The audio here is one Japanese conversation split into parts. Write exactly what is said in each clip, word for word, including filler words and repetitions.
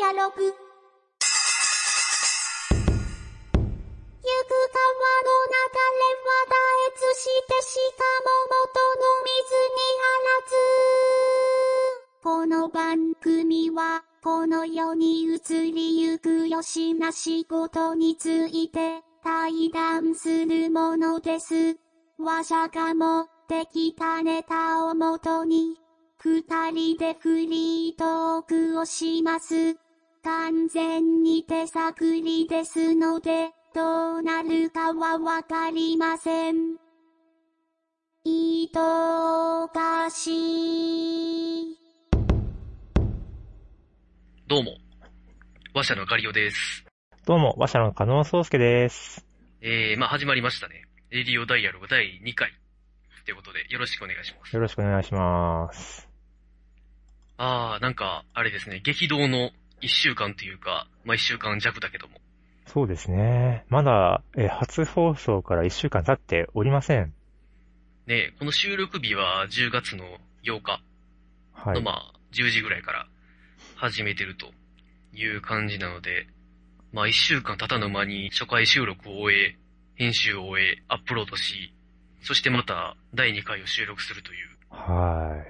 アログ。ゆく川の流れは絶えずしてしかも元の水にあらず。この番組はこの世に移りゆくよしな仕事について対談するものです。わしゃが持ってきたネタをもとに二人でフリートークをします。完全に手探りですのでどうなるかはわかりません。いとがしい。 どうも、話者のガリオです。 どうも、話者の加納宗介です。 えー、まあ始まりましたね。レディオダイアログだいにかい。ということで、よろしくお願いします。 よろしくお願いします。 あー、なんか、あれですね、激動のいっしゅうかんというか、まあいっしゅうかん弱だけども。 そうですね。まだ、え、初放送からいっしゅうかん経っておりません。 ね、この収録日はじゅうがつのようかの、 はい、 まあじゅうじぐらいから始めてるという感じなので、まあいっしゅうかん経たぬ間に初回収録を終え、編集を終え、アップロードし、そしてまただいにかいを収録するという。 はい。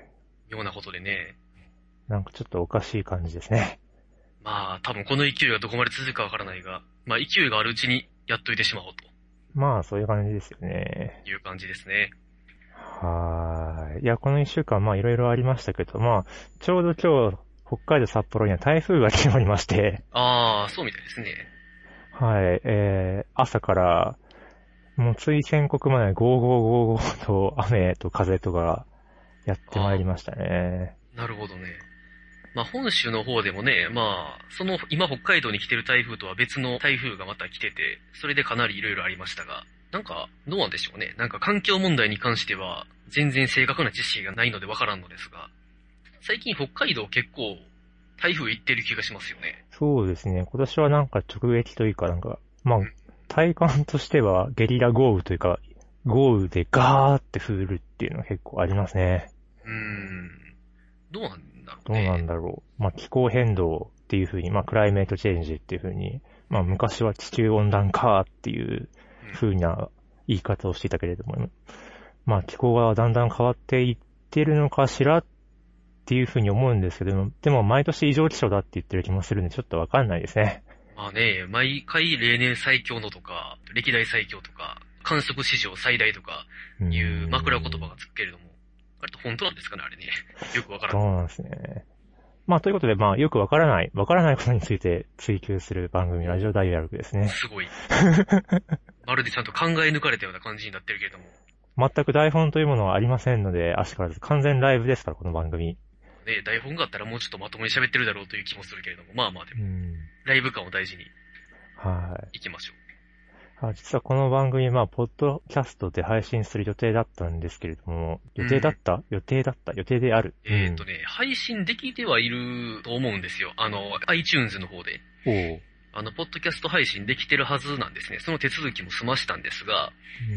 ようなことでね。 なんかちょっとおかしい感じですね。 まあ多分この勢いがどこまで続くかわからないが、まあ勢いがあるうちにやっといてしまおうと。 まあそういう感じですよね。 いう感じですね。 はい。いや、このいっしゅうかんまあいろいろありましたけど、まあ、ちょうど今日、北海道札幌には台風が来ておりまして。 ああ、そうみたいですね。 はい、えー、朝から、もうつい宣告までゴーゴーゴーゴーと雨と風とかやってまいりましたね。 なるほどね。まあ本州の方でもね、まあ、その今北海道に来てる台風とは別の台風がまた来てて、それでかなり色々ありましたが、なんかどうなんでしょうね。なんか環境問題に関しては全然正確な知識がないのでわからんのですが、最近北海道結構台風行ってる気がしますよね。 そうですね。今年はなんか直撃というかなんか、まあ、体感としてはゲリラ豪雨というか、豪雨でガーって降るっていうのが結構ありますね。 うーん。どうなんだろうどうね。 なんだろう。まあ、気候変動っていう風に、まあ、クライメートチェンジっていう風に、まあ、昔は地球温暖化っていう風な言い方をしていたけれども、まあ、気候がだんだん変わっていってるのかしらっていう風に思うんですけども、でも毎年異常気象だって言ってる気もするんで、ちょっとわかんないですね。 まあね、毎回例年最強のとか、歴代最強とか、観測史上最大とかいう枕言葉がつくけれども、あれと本当なんですかね、あれね。よくわからない。 そうなんですね。まあ、ということで、まあ、よくわからない、わからないことについて追求する番組、ラジオダイアログですね。 すごい。まるでちゃんと考え抜かれたような感じになってるけれども。 全く台本というものはありませんので、足からず完全ライブですから、この番組。 ね、台本があったらもうちょっとまともに喋ってるだろうという気もするけれども、まあまあでも、 うんライブ感を大事にはい。 行きましょう。あ、実はこの番組、まあ、ポッドキャストで配信する予定だったんですけれども、予定だった、うん、予定だった予定である。 えーっとね、うん、配信できてはいると思うんですよ。あの、iTunes の方で。 おう。 あの、ポッドキャスト配信できてるはずなんですね。その手続きも済ましたんですが、 うん、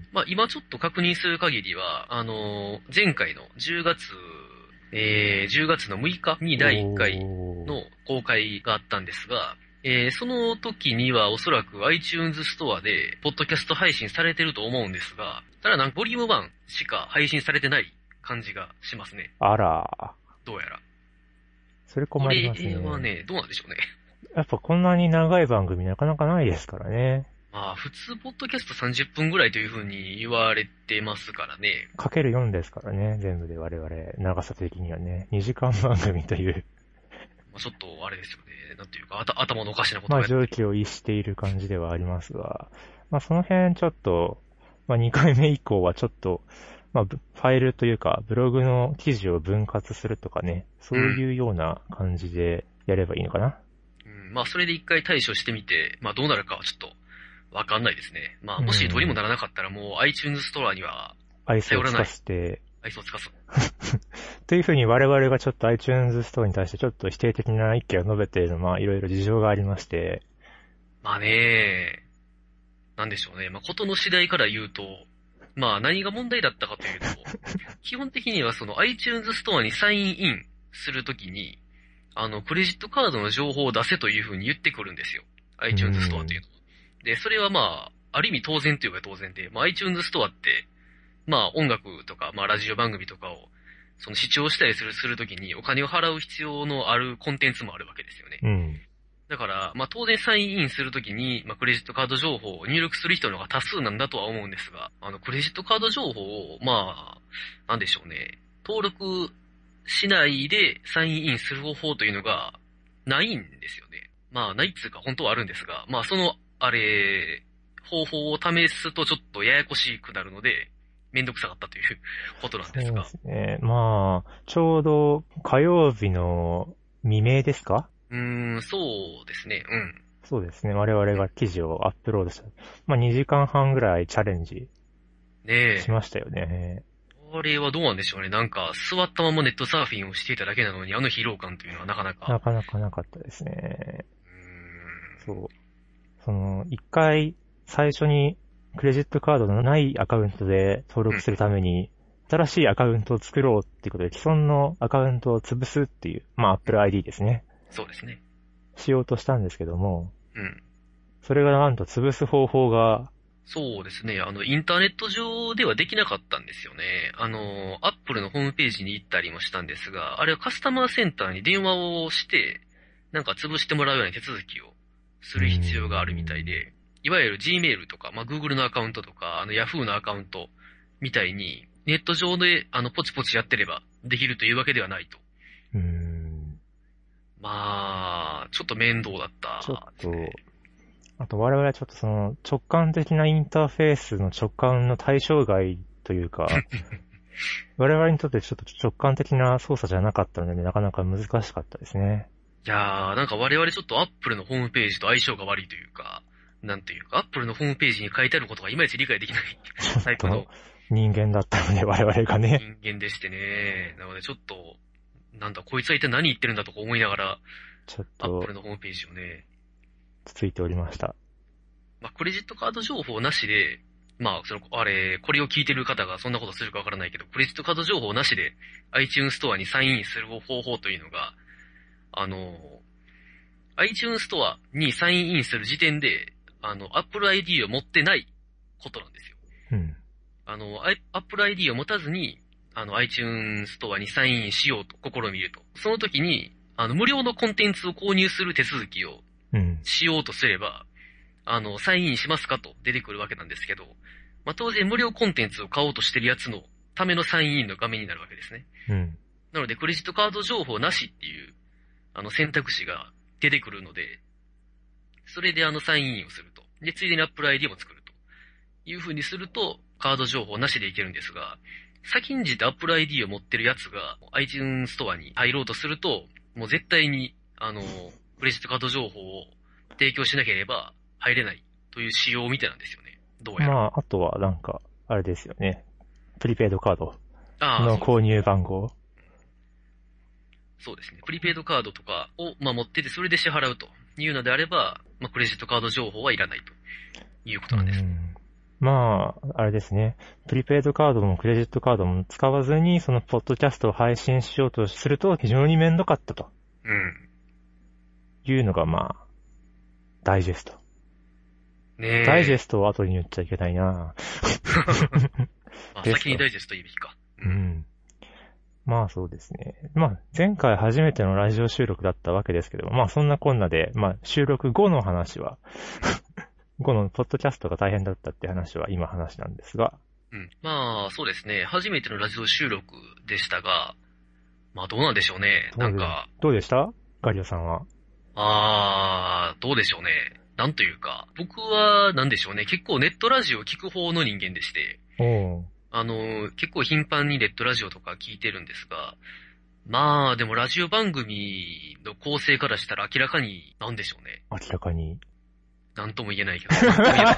まあ今ちょっと確認する限りは、あの、前回のじゅうがつ、えー、じゅうがつのむいかにだいいっかいの公開があったんですが、えー、その時にはおそらく iTunes ストアで、ポッドキャスト配信されてると思うんですが、ただなんかボリュームワンしか配信されてない感じがしますね。 あら。 どうやら。 それ困りますね。 これはね、どうなんでしょうね。 やっぱこんなに長い番組なかなかないですからね。 まあ普通ポッドキャストさんじゅっぷんぐらいという風に言われてますからね。 かけるよんですからね、全部で我々、長さ的にはね。にじかん番組という。 まあちょっとあれですよね。なんていうか、あた頭のおかしなことをやってまあ上気を逸している感じではありますが、まあその辺ちょっと、まあにかいめ以降はちょっと、まあファイルというか、ブログの記事を分割するとかね、そういうような感じでやればいいのかな。 うん、うん、まあそれで一回対処してみて、まあどうなるかはちょっと、わかんないですね。まあ、もしどうにもならなかったらもう iTunes ストアには頼らない。 愛想をつかせて。 愛想をつかす。 というふうに我々がちょっと iTunes ストアに対してちょっと否定的な意見を述べているのは、まあいろいろ事情がありまして。 まあね、なんでしょうね。まあことの次第から言うと、まあ何が問題だったかというと、基本的にはその iTunes ストアにサインインするときに、 あの、クレジットカードの情報を出せというふうに言ってくるんですよ。iTunes ストアというのは。で、それはまあ、ある意味当然というか当然で、まあ、iTunes ストアって、まあ、音楽とか、まあ、ラジオ番組とかを、その視聴したりする、するときにお金を払う必要のあるコンテンツもあるわけですよね。 うん。 だから、まあ、当然サインインするときに、まあ、クレジットカード情報を入力する人の方が多数なんだとは思うんですが、あの、クレジットカード情報を、まあ、なんでしょうね、登録しないでサインインする方法というのがないんですよね。まあ、ないっつうか本当はあるんですが、まあ、その、あれ、方法を試すとちょっとややこしくなるので、めんどくさかったということなんですが。 そうですね。まあ、ちょうど火曜日の未明ですか？ うーん、そうですね、うん。 そうですね。我々が記事をアップロードした。まあにじかんはんぐらいチャレンジねえ。 しましたよね。 これはどうなんでしょうね。なんか、座ったままネットサーフィンをしていただけなのに、あの疲労感というのはなかなか。 なかなかなかったですね。 うーん。 そう。その、一回、最初にクレジットカードのないアカウントで登録するために、うん、新しいアカウントを作ろうっていうことで、既存のアカウントを潰すっていう、まあ Apple アイディー ですね。 そうですね。 しようとしたんですけども、 うん。 それがなんと潰す方法が、 そうですね。あの、インターネット上ではできなかったんですよね。あの、Apple のホームページに行ったりもしたんですが、あれはカスタマーセンターに電話をして、なんか潰してもらうような手続きをする必要があるみたいで、いわゆる Gmail とか、まあ、Google のアカウントとか、あの Yahoo のアカウントみたいに、ネット上であのポチポチやってればできるというわけではないと。 うーん。 まあ、ちょっと面倒だったですね。 ちょっと、あと我々はちょっとその直感的なインターフェースの直感の対象外というか、我々にとってちょっと直感的な操作じゃなかったので、なかなか難しかったですね。 いやー、なんか我々ちょっと Apple のホームページと相性が悪いというか、なんというか、Apple のホームページに書いてあることがいまいち理解できないタイプの人間だったので、我々がね。 人間でしてね。なのでちょっと、なんだ、こいつは一体何言ってるんだとか思いながら、 ちょっと、 Apple のホームページをね、 ついておりました。 まあ、クレジットカード情報なしで、まあ、その、あれ、これを聞いてる方がそんなことするかわからないけど、クレジットカード情報なしで iTunes ストアにサインインする方法というのが、あの、iTunes ストアにサインインする時点で、あの、Apple アイディー を持ってないことなんですよ。 うん。 あの、Apple アイディー を持たずに、あの、iTunes ストアにサインインしようと試みると。その時に、あの、無料のコンテンツを購入する手続きをしようとすれば、うん、あの、サインインしますかと出てくるわけなんですけど、まあ、当然無料コンテンツを買おうとしてるやつのためのサインインの画面になるわけですね。 うん。 なので、クレジットカード情報なしっていう、あの、選択肢が出てくるので、それであの、サインインをすると。で、ついでに Apple アイディー も作ると。いう風にすると、カード情報なしでいけるんですが、先んじて Apple アイディー を持ってるやつが iTunes ストアに入ろうとすると、もう絶対に、あの、クレジットカード情報を提供しなければ入れないという仕様みたいなんですよね。どうやら。 まあ、あとはなんか、あれですよね。プリペイドカードの購入番号。 そうですね。プリペイドカードとかを、まあ、持っててそれで支払うというのであれば、まあ、クレジットカード情報はいらないということなんです。 うんまあ、あれですね。プリペイドカードもクレジットカードも使わずに、そのポッドキャストを配信しようとすると非常にめんどかったと。 うん。 いうのがまあ、ダイジェスト。 ねえ。 ダイジェストを後に言っちゃいけないなあ先にダイジェスト言うべきか。 うん。まあそうですね。まあ前回初めてのラジオ収録だったわけですけど、まあそんなこんなで、まあ収録後の話は、後のポッドキャストが大変だったって話は今話なんですが。 うん。まあそうですね。初めてのラジオ収録でしたが、まあどうなんでしょうね。なんか。 どうでしたガリオさんは。 あー、どうでしょうね。なんというか、僕はなんでしょうね。結構ネットラジオを聞く方の人間でして。 おうあの、結構頻繁にネットラジオとか聞いてるんですが、まあ、でもラジオ番組の構成からしたら明らかに、なんでしょうね。 明らかに。 なんとも言えないけど。なんとも言えない。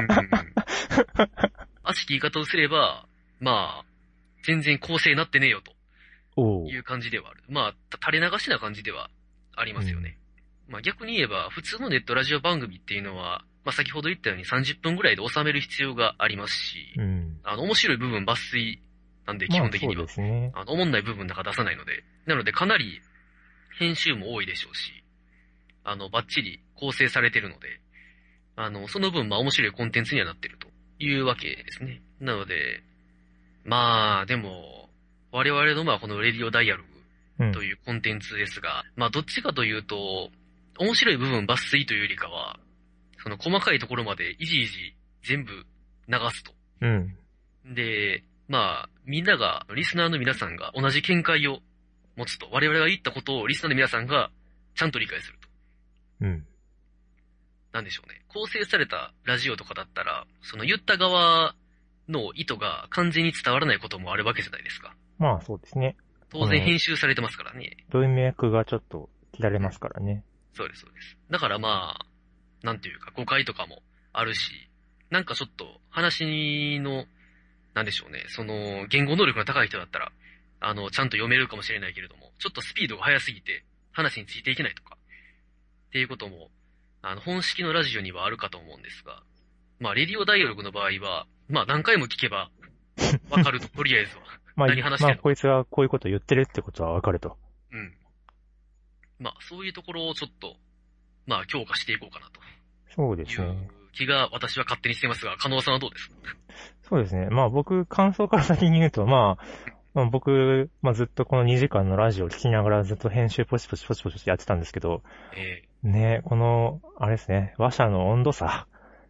悪しき言い方をすれば、まあ、全然構成になってねえよという感じではある。まあ、垂れ流しな感じではありますよね。うん、まあ逆に言えば、普通のネットラジオ番組っていうのは、まあ先ほど言ったようにさんじゅっぷんぐらいで収める必要がありますし、 うん、 あの面白い部分抜粋なんで基本的には、 まあそうですね、 あの思んない部分なんか出さないので、なのでかなり編集も多いでしょうし、あの、バッチリ構成されてるので、あの、その分、まあ面白いコンテンツにはなってるというわけですね。なので、まあ、でも、我々のまあこのレディオダイアログというコンテンツですが、うん、まあどっちかというと、面白い部分抜粋というよりかは、その細かいところまでいじいじ全部流すと。 うん。 で、まあ、みんなが、リスナーの皆さんが同じ見解を持つと、我々が言ったことをリスナーの皆さんがちゃんと理解すると。 うん。 なんでしょうね。構成されたラジオとかだったら、その言った側の意図が完全に伝わらないこともあるわけじゃないですか。 まあそうですね。 当然編集されてますからね。 文脈がちょっと切られますからね。 そうです、そうです。だからまあ、なんていうか誤解とかもあるし、なんかちょっと話の、なんでしょうね、その言語能力が高い人だったら、あの、ちゃんと読めるかもしれないけれども、ちょっとスピードが速すぎて話についていけないとか、っていうことも、あの、本式のラジオにはあるかと思うんですが、まあ、レディオダイアログの場合は、まあ、何回も聞けば、わかると、とりあえずは。 まあ、 何話してるのか。 まあ、こいつはこういうことを言ってるってことはわかると。 うん。まあ、そういうところをちょっと、まあ、強化していこうかなと。 そうですね。 いう気が私は勝手にしてますが、加納さんはどうですか？ そうですね。まあ僕、感想から先に言うと、まあ、まあ、僕、まあずっとこのにじかんのラジオを聞きながらずっと編集ポチポチポチポチやってたんですけど、 えー、ね、この、あれですね、話者の温度差。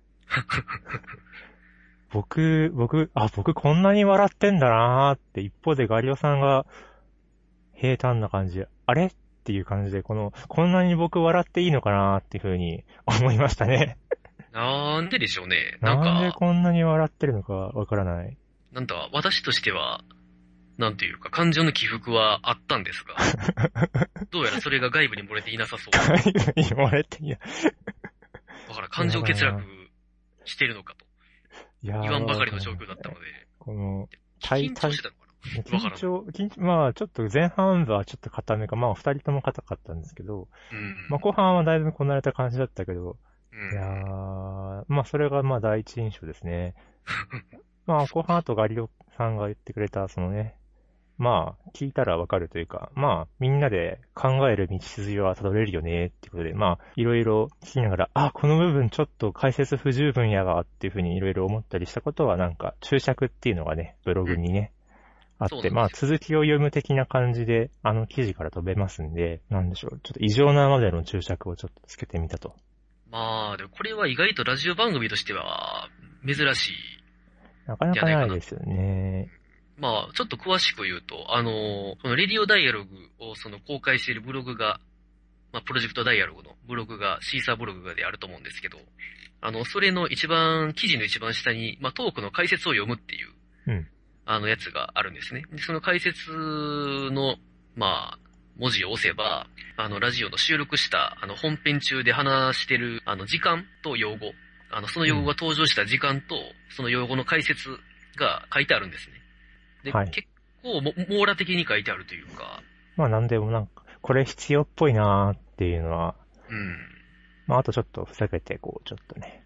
僕、僕、あ、僕こんなに笑ってんだなーって、一方でガリオさんが平坦な感じ、あれっていう感じで、この、こんなに僕笑っていいのかなーっていう風に思いましたね。 なんででしょうね。なんか、 なんでこんなに笑ってるのかわからない。 なんだ、私としては、なんていうか、感情の起伏はあったんですが、どうやらそれが外部に漏れていなさそう。 外部に漏れていや。 だから感情欠落してるのかと。 いや言わんばかりの状況だったので。 この、 緊張してたのかな？ 緊張、緊張、まあちょっと前半部はちょっと固めか、まあ二人とも硬かったんですけど、 うん、 まあ後半はだいぶこなれた感じだったけど、 うん、 いやー、まあそれがまあ第一印象ですね。まあ後半あとガリオさんが言ってくれた、そのね、まあ聞いたらわかるというか、まあみんなで考える道筋は辿れるよねっていうことで、まあいろいろ聞きながら、あ、この部分ちょっと解説不十分やがっていうふうにいろいろ思ったりしたことはなんか注釈っていうのがね、ブログにね、うん、あって、まあ続きを読む的な感じであの記事から飛べますんで、なんでしょう、ちょっと異常なまでの注釈をちょっとつけてみたと。 まあ、でもこれは意外とラジオ番組としては珍しい。 なかなかないですよね。 まあ、ちょっと詳しく言うと、あのー、このレディオダイアログをその公開しているブログが、まあ、プロジェクトダイアログのブログが、シーサーブログであると思うんですけど、あの、それの一番、記事の一番下に、まあ、トークの解説を読むっていう、 うん、 あの、やつがあるんですね。で、その解説の、まあ、文字を押せば、あの、ラジオの収録した、あの、本編中で話してる、あの、時間と用語、あの、その用語が登場した時間と、その用語の解説が書いてあるんですね。で、はい、結構も網羅的に書いてあるというか。 まあなんでもなんか、これ必要っぽいなーっていうのは。 うん。 まああとちょっとふざけて、こう、ちょっとね。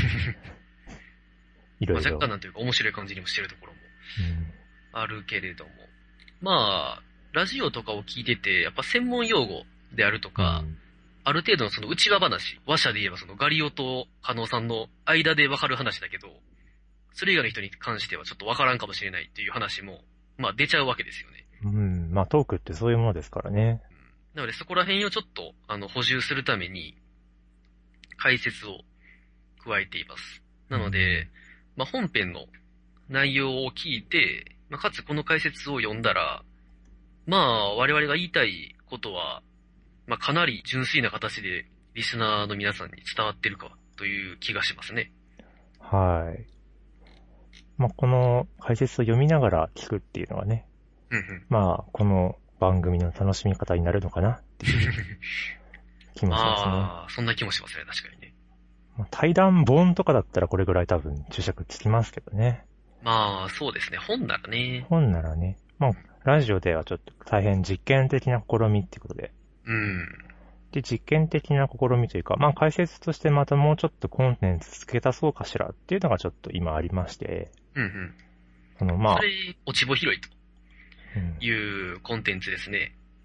いろいろ。 まあ、若干なんというか面白い感じにもしてるところもあるけれども。うん、まあ、ラジオとかを聞いてて、やっぱ専門用語であるとか、うん、ある程度のその内輪話、話者で言えばそのガリオと加納さんの間でわかる話だけど、それ以外の人に関してはちょっとわからんかもしれないっていう話も、まあ出ちゃうわけですよね。 うん。まあトークってそういうものですからね。 うん、なのでそこら辺をちょっと、あの、補充するために、解説を加えています。なので、うん、まあ本編の内容を聞いて、まあ、かつこの解説を読んだら、まあ我々が言いたいことは、まあかなり純粋な形でリスナーの皆さんに伝わってるかという気がしますね。 はい。まあ、この解説を読みながら聞くっていうのがね、 うんうん、 まあ、この番組の楽しみ方になるのかなっていう気もしますね。 ああ、そんな気もしますね、確かにね。 まあ、対談本とかだったらこれぐらい多分注釈つきますけどね。 まあ、そうですね、本ならね。 本ならね。まあ、ラジオではちょっと大変実験的な試みっていうことで。 うん。 で、実験的な試みというか、まあ解説としてまたもうちょっとコンテンツ付け足そうかしらっていうのがちょっと今ありまして。 うんうん。 そのまあ。 それ、落ち穂拾いというコンテンツですね。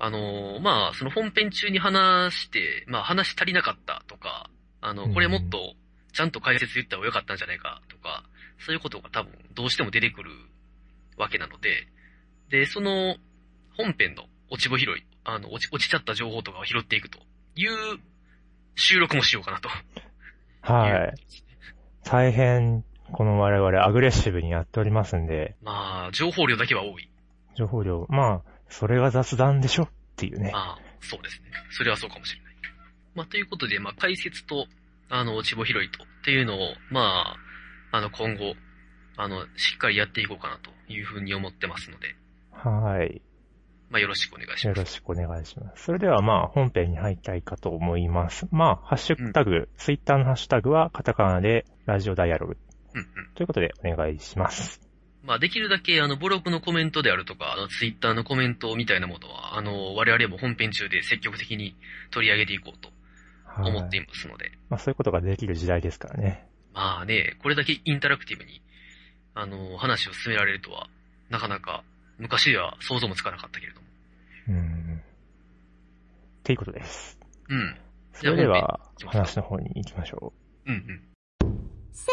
あの、まあ、その本編中に話して、まあ話し足りなかったとか、あの、これもっとちゃんと解説言った方が良かったんじゃないかとか、そういうことが多分どうしても出てくるわけなので、で、その本編の落ち穂拾い、あの、落ち、落ちちゃった情報とかを拾っていくという収録もしようかなと。 はい。大変、この我々アグレッシブにやっておりますんで。 まあ、情報量だけは多い。 情報量、まあ、それが雑談でしょっていうね。 まあ、そうですね。それはそうかもしれない。まあ、ということで、まあ、解説と、あの、落ち穂拾いとっていうのを、まあ、あの、今後、あの、しっかりやっていこうかなというふうに思ってますので。 はい。 まあ、よろしくお願いします。 よろしくお願いします。それではまあ、本編に入りたいかと思います。まあ、ハッシュタグ、うん、ツイッターのハッシュタグはカタカナでラジオダイアログ。うんうん。ということでお願いします。 まあ、できるだけ、あの、ブログのコメントであるとか、あの、ツイッターのコメントみたいなものは、あの、我々も本編中で積極的に取り上げていこうと思っていますので。 まあ、そういうことができる時代ですからね。 まあね、これだけインタラクティブに、あの、話を進められるとは、なかなか、昔では想像もつかなかったけれども。 うん。っていうことです。 うん。 それでは、話の方に行きましょう。うんうん。 先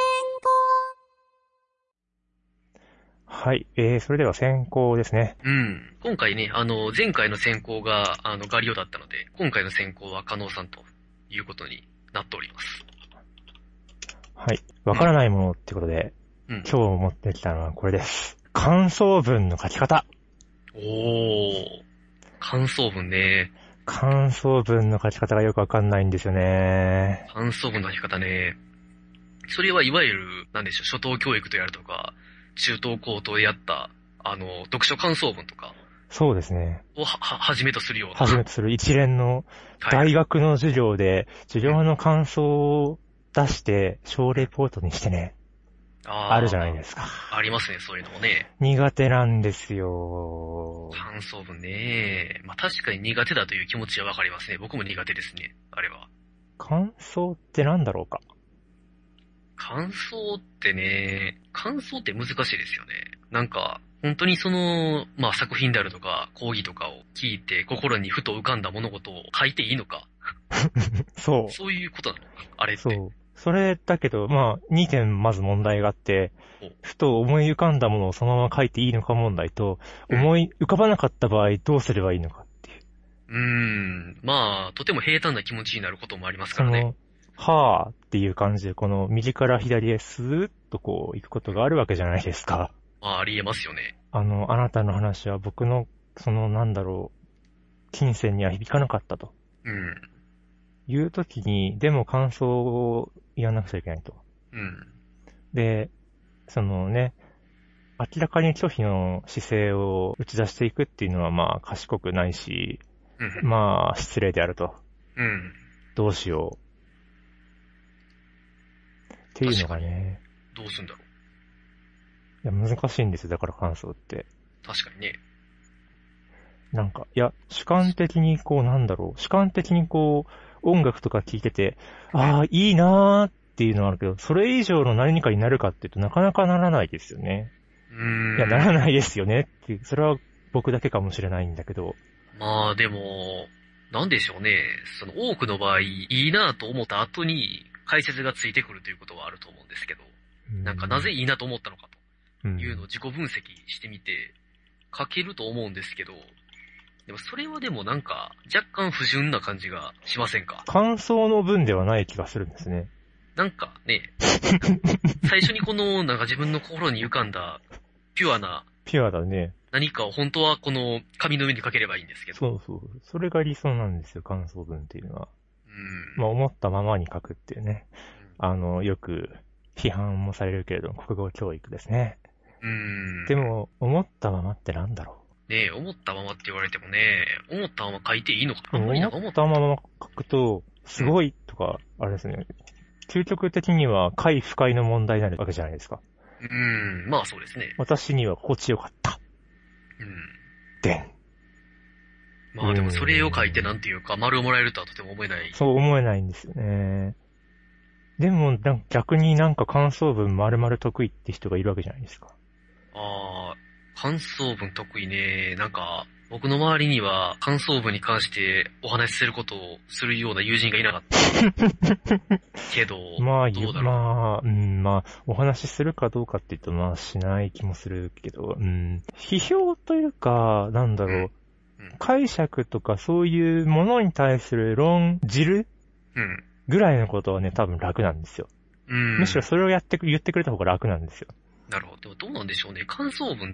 はい。えー、それでは先行ですね。 うん。今回ね、あの、前回の先行が、あの、ガリオだったので、今回の先行は加納さんということになっております。 はい。わからないものってことで、うん、今日持ってきたのはこれです。感想文の書き方。 おー。感想文ね。 感想文の書き方がよくわかんないんですよね。 感想文の書き方ね。それはいわゆる、なんでしょう、初等教育とやるとか、中等高等でやった、あの、読書感想文とか。 そうですね。 をは、は、はじめとするような。 はじめとする一連の大学の授業で、授業の感想を出して、小レポートにしてね。あ, あるじゃないですか。 ありますね、そういうのもね。 苦手なんですよ。 感想文ね。まあ確かに苦手だという気持ちはわかりますね。僕も苦手ですね、あれは。 感想って何だろうか。 感想ってね、感想って難しいですよね。なんか、本当にその、まあ作品であるとか、講義とかを聞いて、心にふと浮かんだ物事を書いていいのか。 そう。 そういうことなのか、あれって。 そう。それだけど、まあ、にてんまず問題があって、ふと思い浮かんだものをそのまま書いていいのか問題と、思い浮かばなかった場合どうすればいいのかっていう。 うーん、まあ、とても平坦な気持ちになることもありますからね。 その、はぁっていう感じで、この右から左へスーッとこう行くことがあるわけじゃないですか。 まあ、ありえますよね。 あの、あなたの話は僕の、そのなんだろう、金銭には響かなかったと。 うん。 いうときに、でも感想を言わなくちゃいけないと。 うん。 で、そのね、明らかに拒否の姿勢を打ち出していくっていうのはまあ賢くないし、うん、まあ失礼であると。 うん。 どうしよう。っていうのがね。 どうすんだろう。いや、難しいんですよ、だから感想って。 確かにね。 なんか、いや、主観的にこうなんだろう。主観的にこう、音楽とか聴いてて、ああ、いいなーっていうのはあるけど、それ以上の何かになるかっていうとなかなかならないですよね。 うーん。 いや、ならないですよねっていう、それは僕だけかもしれないんだけど。 まあでも、なんでしょうね。その多くの場合、いいなと思った後に解説がついてくるということはあると思うんですけど、んなんかなぜいいなと思ったのかというのを自己分析してみて書けると思うんですけど、でもそれはでもなんか若干不純な感じがしませんか？ 感想の文ではない気がするんですね。 なんかね、最初にこのなんか自分の心に浮かんだピュアなピュアだね。 何かを本当はこの紙の上に書ければいいんですけど。 そうそう。それが理想なんですよ、感想文っていうのは。 うん。 まあ思ったままに書くっていうね。うん、あの、よく批判もされるけれども、国語教育ですね。 うん。 でも、思ったままってなんだろう。ねえ、思ったままって言われてもね、思ったまま書いていいのかな？ 思ったまま書くと、すごいとか、あれですね。究極的には快不快の問題になるわけじゃないですか。 うーん、まあそうですね。 私には心地よかった。 うん。 でん。 まあでもそれを書いてなんていうか、丸をもらえるとはとても思えない。 そう思えないんですよね。でも、なんか逆になんか感想文丸々得意って人がいるわけじゃないですか。 ああ、 感想文得意ね。なんか、僕の周りには感想文に関してお話しすることをするような友人がいなかったけど、 まあ、 どうだろう。 まあ、うん、まあ、お話しするかどうかって言うと、まあ、しない気もするけど、うん。批評というか、なんだろう、うんうん、解釈とかそういうものに対する論じる、うん、ぐらいのことはね、多分楽なんですよ。うん、むしろそれをやってく、言ってくれた方が楽なんですよ。 なるほど。どうなんでしょうね。感想文って、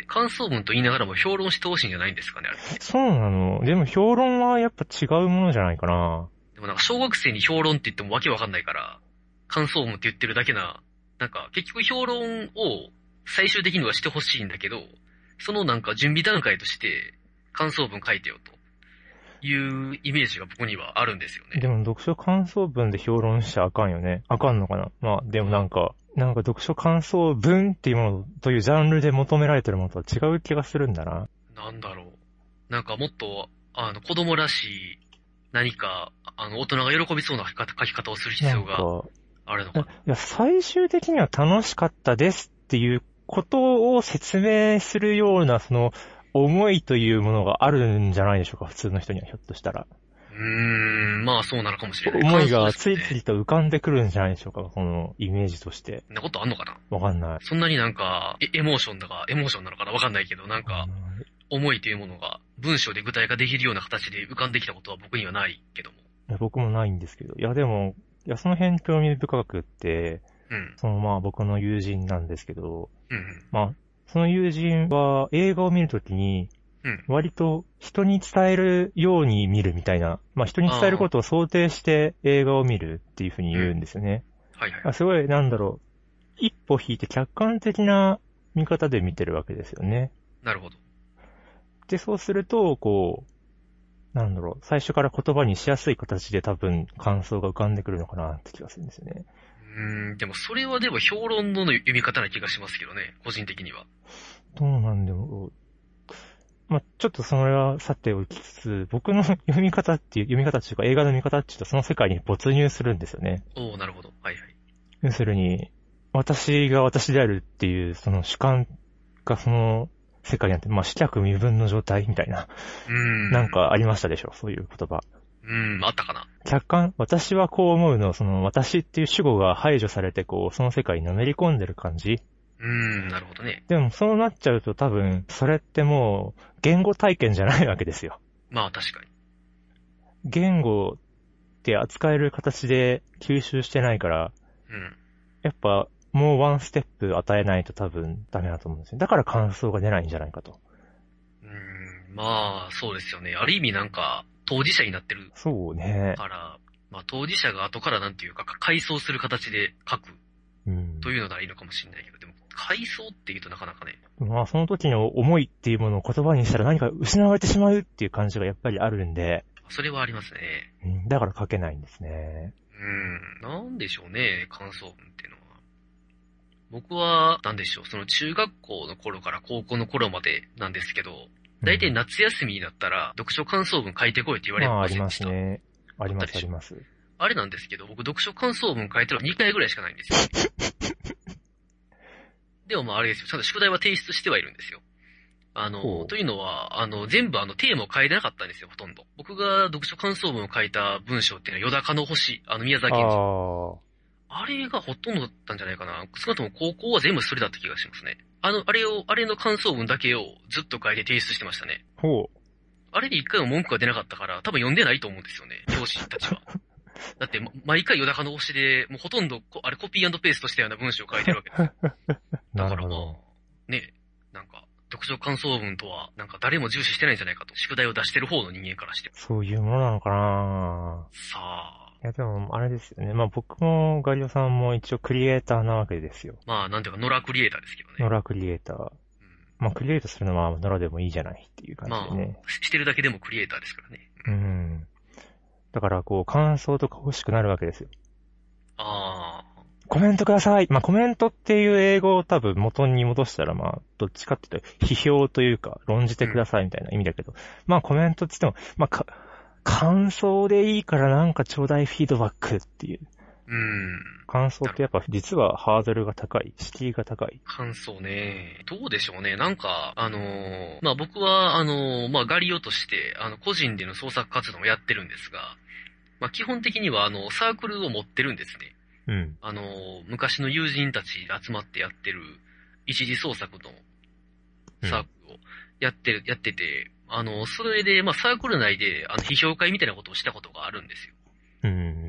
感想文と言いながらも評論してほしいんじゃないんですかね、あれ。 そうなの。でも評論はやっぱ違うものじゃないかな。 でもなんか小学生に評論って言ってもわけわかんないから、感想文って言ってるだけな、なんか結局評論を最終的にはしてほしいんだけど、そのなんか準備段階として感想文書いてよというイメージが僕にはあるんですよね。 でも読書感想文で評論しちゃあかんよね。あかんのかな。まあでもなんか、なんか読書感想文っていうものというジャンルで求められてるものとは違う気がするんだな。 なんだろう。なんかもっと、あの、子供らしい何か、あの、大人が喜びそうな書き方、書き方をする必要があるのかな。 いや、最終的には楽しかったですっていうことを説明するような、その、思いというものがあるんじゃないでしょうか、普通の人にはひょっとしたら。 うーん、まあそうなのかもしれない。 思いがついついと浮かんでくるんじゃないでしょうか、このイメージとして。 そんなことあんのかな？ わかんない。 そんなになんか、エモーションだか、エモーションなのかなわかんないけど、なんか、思いというものが文章で具体化できるような形で浮かんできたことは僕にはないけども。 いや僕もないんですけど。いやでも、いやその辺興味深くって、うん、そのまあ僕の友人なんですけど、うんうん、まあ、その友人は映画を見るときに、割と人に伝えるように見るみたいな、まあ人に伝えることを想定して映画を見るっていうふうに言うんですよね。うん、はいはい。すごい、なんだろう、一歩引いて客観的な見方で見てるわけですよね。 なるほど。 で、そうすると、こう、なんだろう、最初から言葉にしやすい形で多分感想が浮かんでくるのかなって気がするんですよね。 うーん、でもそれはでも評論の読み方な気がしますけどね、個人的には。 どうなんでも、まあ、ちょっとそれはさておきつつ、僕の読み方っていう、読み方っていうか映画の見方っていうとその世界に没入するんですよね。 おー、なるほど。はいはい。 要するに、私が私であるっていうその主観がその世界にあって、まあ、視客身分の状態みたいな。うーん。なんかありましたでしょ、そういう言葉。 うーん、あったかな。 客観、私はこう思うの、その私っていう主語が排除されてこう、その世界にのめり込んでる感じ。 うーん、なるほどね。 でもそうなっちゃうと多分、それってもう、言語体験じゃないわけですよ。 まあ確かに。 言語って扱える形で吸収してないから、うん。やっぱ、もうワンステップ与えないと多分ダメだと思うんですよ。だから感想が出ないんじゃないかと。 うーん、まあ、そうですよね。ある意味なんか、当事者になってる。 そうね。 から、まあ当事者が後からなんていうか、回想する形で書く。うん。というのならいいのかもしれないけど、でも、回想って言うとなかなかね。 まあその時の思いっていうものを言葉にしたら何か失われてしまうっていう感じがやっぱりあるんで。 それはありますね。 うん、だから書けないんですね。 うん、なんでしょうね、感想文っていうのは。僕は、なんでしょう、その中学校の頃から高校の頃までなんですけど、大体夏休みになったら、読書感想文書いてこいって言われませんでした。 まあ、ありますね。ありますあります。 あれなんですけど、僕読書感想文書いたのにかいぐらいしかないんですよ。でもまああれですよ、ちゃんと宿題は提出してはいるんですよ。あの、というのは、あの、全部あの、テーマを書いてなかったんですよ、ほとんど。僕が読書感想文を書いた文章っていうのは、よだかの星、あの、宮崎県人。ああれがほとんどだったんじゃないかな。少なくとも高校は全部それだった気がしますね。あの、あれを、あれの感想文だけをずっと書いて提出してましたね。 ほう。 あれで一回も文句が出なかったから、多分読んでないと思うんですよね、教師たちは。だって、毎回よだかの星で、もうほとんど、あれコピー&ペーストしたような文章を書いてるわけですよ。だからまあ、ね、なんか、読書感想文とは、なんか誰も重視してないんじゃないかと、宿題を出してる方の人間からして。 そういうものなのかなさあ。 いやでも、あれですよね。まあ僕もガリオさんも一応クリエイターなわけですよ。 まあなんていうか、ノラクリエイターですけどね。 ノラクリエイター。うん、まあクリエイトするのはノラでもいいじゃないっていう感じでね。 まあ、してるだけでもクリエイターですからね。 うん。うんだからこう感想とか欲しくなるわけですよ。 ああ。 コメントください。まあコメントっていう英語を多分元に戻したらまあどっちかって言ったら批評というか論じてくださいみたいな意味だけど、うん、まあコメントって言ってもまあか感想でいいからなんかちょうだいフィードバックっていううん。 感想ってやっぱ実はハードルが高い、敷居が高い。 感想ね。どうでしょうね。なんか、あのー、まあ、僕は、あのー、まあ、ガリオとして、あの、個人での創作活動をやってるんですが、まあ、基本的には、あの、サークルを持ってるんですね。 うん。 あのー、昔の友人たちで集まってやってる一次創作のサークルをやってる、うん、やってて、あの、それで、まあ、サークル内で、あの、批評会みたいなことをしたことがあるんですよ。 うん。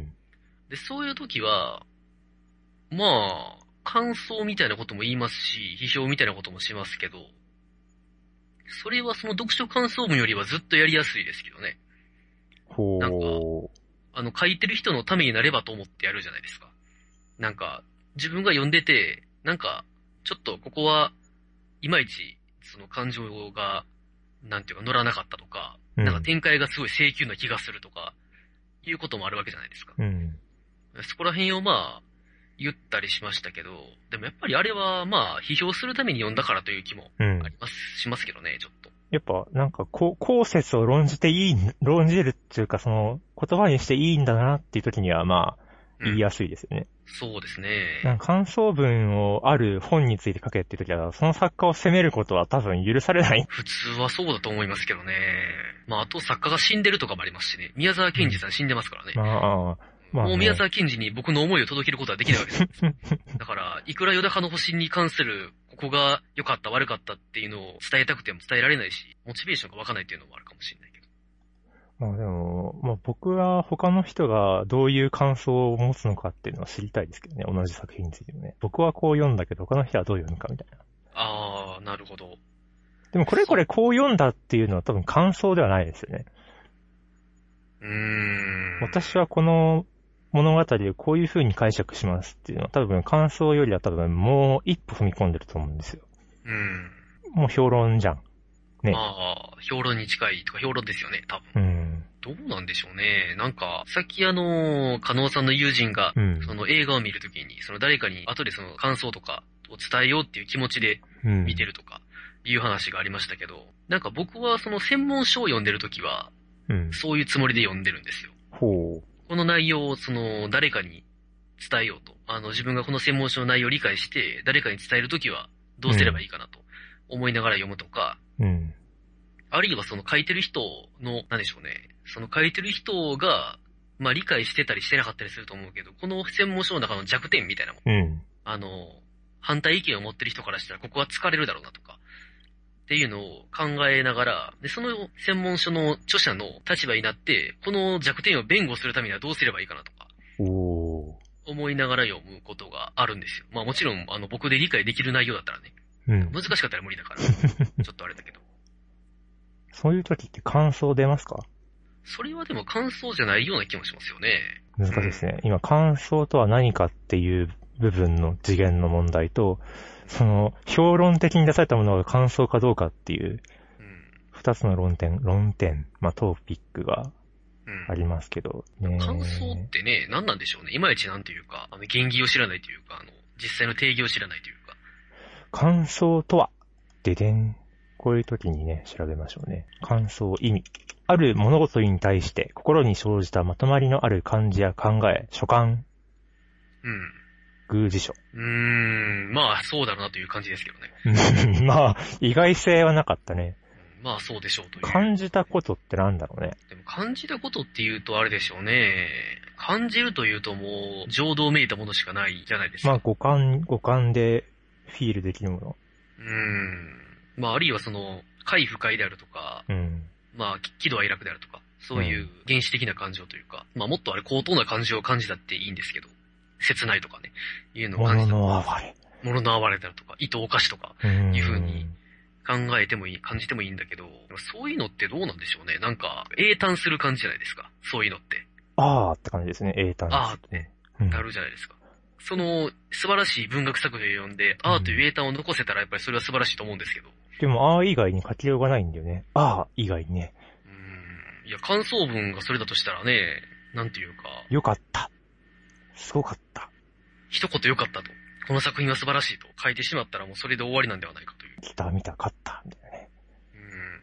で、そういう時は、まあ、感想みたいなことも言いますし、批評みたいなこともしますけど、それはその読書感想文よりはずっとやりやすいですけどね。 ほう。 なんか、あの、書いてる人のためになればと思ってやるじゃないですか。なんか、自分が読んでて、なんか、ちょっとここは、いまいち、その感情が、なんていうか乗らなかったとか、うん、なんか展開がすごい請求な気がするとか、いうこともあるわけじゃないですか。 うん、 そこら辺をまあ、言ったりしましたけど、でもやっぱりあれはまあ、批評するために読んだからという気もあります、うん、しますけどね、ちょっと。 やっぱ、なんか、こう、後説を論じていい、論じるっていうか、その、言葉にしていいんだなっていう時には、まあ、言いやすいですよね。うん、 そうですね。 なんか感想文をある本について書けっていう時は、その作家を責めることは多分許されない。 普通はそうだと思いますけどね。まあ、あと作家が死んでるとかもありますしね。宮沢賢治さん死んでますからね。 うん、まあ、まあね、 もう宮沢賢治に僕の思いを届けることはできないわけです。だから、いくらよだかの星に関する、ここが良かった悪かったっていうのを伝えたくても伝えられないし、モチベーションが湧かないっていうのもあるかもしれないけど。 まあでも、まあ僕は他の人がどういう感想を持つのかっていうのは知りたいですけどね、同じ作品についてもね。僕はこう読んだけど他の人はどう読むかみたいな。 あー、なるほど。 でもこれこれこう読んだっていうのは多分感想ではないですよね。 うーん。 私はこの物語をこういう風に解釈しますっていうのは多分感想よりは多分もう一歩踏み込んでると思うんですよ。 うん。 もう評論じゃん。ね。 まあ、評論に近いとか評論ですよね、多分。うん。どうなんでしょうね。なんか、さっきあの、加納さんの友人が、うん、その映画を見るときに、その誰かに後でその感想とかを伝えようっていう気持ちで見てるとか、いう話がありましたけど、うん、なんか僕はその専門書を読んでるときは、うん、そういうつもりで読んでるんですよ。 ほう。 この内容をその誰かに伝えようと。あの自分がこの専門書の内容を理解して誰かに伝えるときはどうすればいいかなと思いながら読むとか、 うん、 あるいはその書いてる人の、なんでしょうね。その書いてる人が、まあ理解してたりしてなかったりすると思うけど、この専門書の中の弱点みたいなもん。 うん、 あの、反対意見を持ってる人からしたらここは疲れるだろうなとか、っていうのを考えながら、で、その専門書の著者の立場になって、この弱点を弁護するためにはどうすればいいかなとか、 お思いながら読むことがあるんですよ。まあもちろん、あの、僕で理解できる内容だったらね、 うん、 難しかったら無理だから、ちょっとあれだけど。 そういう時って感想出ますか？ それはでも感想じゃないような気もしますよね。 難しいですね。うん、今、感想とは何かっていう部分の次元の問題と、その、評論的に出されたものが感想かどうかっていう、二つの論点、論点、まあ、トピックがありますけど、ね。 感想ってね、何なんでしょうね。いまいちなんていうか、あの、原義を知らないというか、あの、実際の定義を知らないというか。 感想とは、ででん。こういう時にね、調べましょうね。感想、意味。ある物事に対して心に生じたまとまりのある感じや考え、所感。 うん。 偶辞書。 うーん、まあそうだろうなという感じですけどね。 まあ、意外性はなかったね。 まあそうでしょうという。 感じたことってなんだろうね。 でも感じたことっていうとあれでしょうね。感じるというともう、情動めいたものしかないじゃないですか。 まあ五感、五感でフィールできるもの。 うーん。まああるいはその、快不快であるとか、 うん、 まあ喜怒哀楽であるとか、そういう原始的な感情というか、うん、まあもっとあれ高等な感情を感じたっていいんですけど。切ないとかね、いうのを感じた。 物の哀れ。 物の哀れであるとか、意図おかしとか、いう風に考えてもいい、感じてもいいんだけど、そういうのってどうなんでしょうね。なんか、英単する感じじゃないですか。そういうのって。 あーって感じですね、英単。 あーって、なるじゃないですか。うん、その、素晴らしい文学作品を読んで、あーという英単を残せたらやっぱりそれは素晴らしいと思うんですけど。 でも、あー以外に書きようがないんだよね。あー以外にね。 うーん。いや、感想文がそれだとしたらね、なんていうか。 よかった。すごかった。 一言よかったと。この作品は素晴らしいと書いてしまったらもうそれで終わりなんではないかという。 来た、見た、勝った、みたいなね。 うん。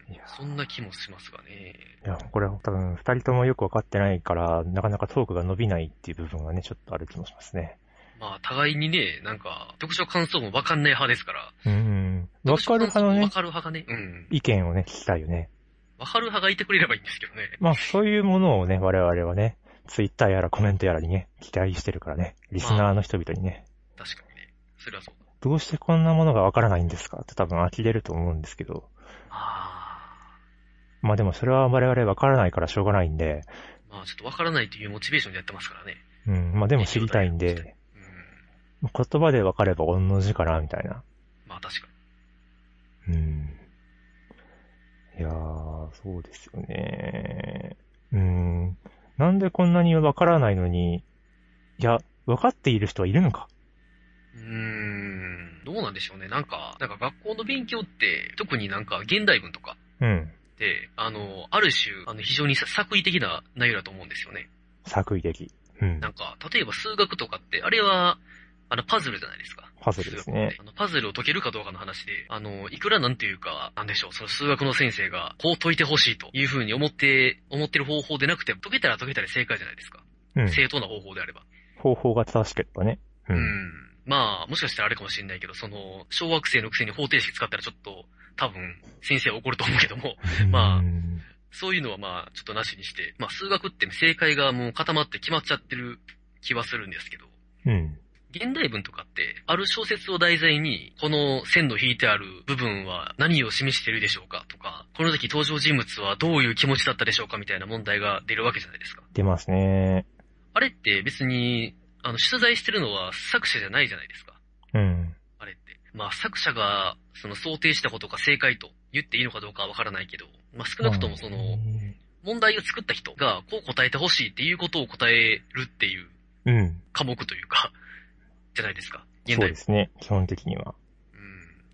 そんな気もしますがね。 いや、これは多分二人ともよくわかってないから、なかなかトークが伸びないっていう部分がね、ちょっとある気もしますね。 まあ、互いにね、なんか、読書感想文わかんない派ですから。 うん。わかる派のね、 わかる派がね、うん。 意見をね、聞きたいよね。 わかる派がいてくれればいいんですけどね。 まあ、そういうものをね、我々はね、ツイッターやらコメントやらにね、期待してるからね、リスナーの人々にね。 まあ、確かにね。それはそうだ。 どうしてこんなものがわからないんですかって多分呆れると思うんですけど。 ああ。 まあでもそれは我々わからないからしょうがないんで。 まあちょっとわからないというモチベーションでやってますからね。 うん、まあでも知りたいんで、うん、言葉でわかれば同じかな、みたいな。 まあ確かに。うん。いやー、そうですよね。うん。なんでこんなにわからないのに、いや、わかっている人はいるのか。 うーん、どうなんでしょうね。なんか、なんか学校の勉強って、特になんか現代文とか。 うん。 で、あの、ある種、あの、非常に作為的な内容だと思うんですよね。 作為的。うん。 なんか、例えば数学とかって、あれは、あの、パズルじゃないですか。 パズルですね。 あのパズルを解けるかどうかの話で、あの、いくらなんていうか、なんでしょう、その数学の先生が、こう解いてほしいというふうに思って、思ってる方法でなくて、解けたら解けたら正解じゃないですか。うん。正当な方法であれば。 方法が正しければね。 うん。うん、まあ、もしかしたらあれかもしれないけど、その、小学生のくせに方程式使ったらちょっと、多分、先生は怒ると思うけども、まあ、そういうのはまあ、ちょっとなしにして、まあ、数学って正解がもう固まって決まっちゃってる気はするんですけど、 うん。 現代文とかって、ある小説を題材に、この線の引いてある部分は何を示しているでしょうかとか、この時登場人物はどういう気持ちだったでしょうかみたいな問題が出るわけじゃないですか。 出ますね。 あれって別に、あの、出題してるのは作者じゃないじゃないですか。 うん。 あれって。まあ、作者が、その想定したことが正解と言っていいのかどうかはわからないけど、まあ、少なくともその、問題を作った人がこう答えてほしいっていうことを答えるっていう、 うん。 科目というか、じゃないですか。 現代そうですね、基本的には。 うん。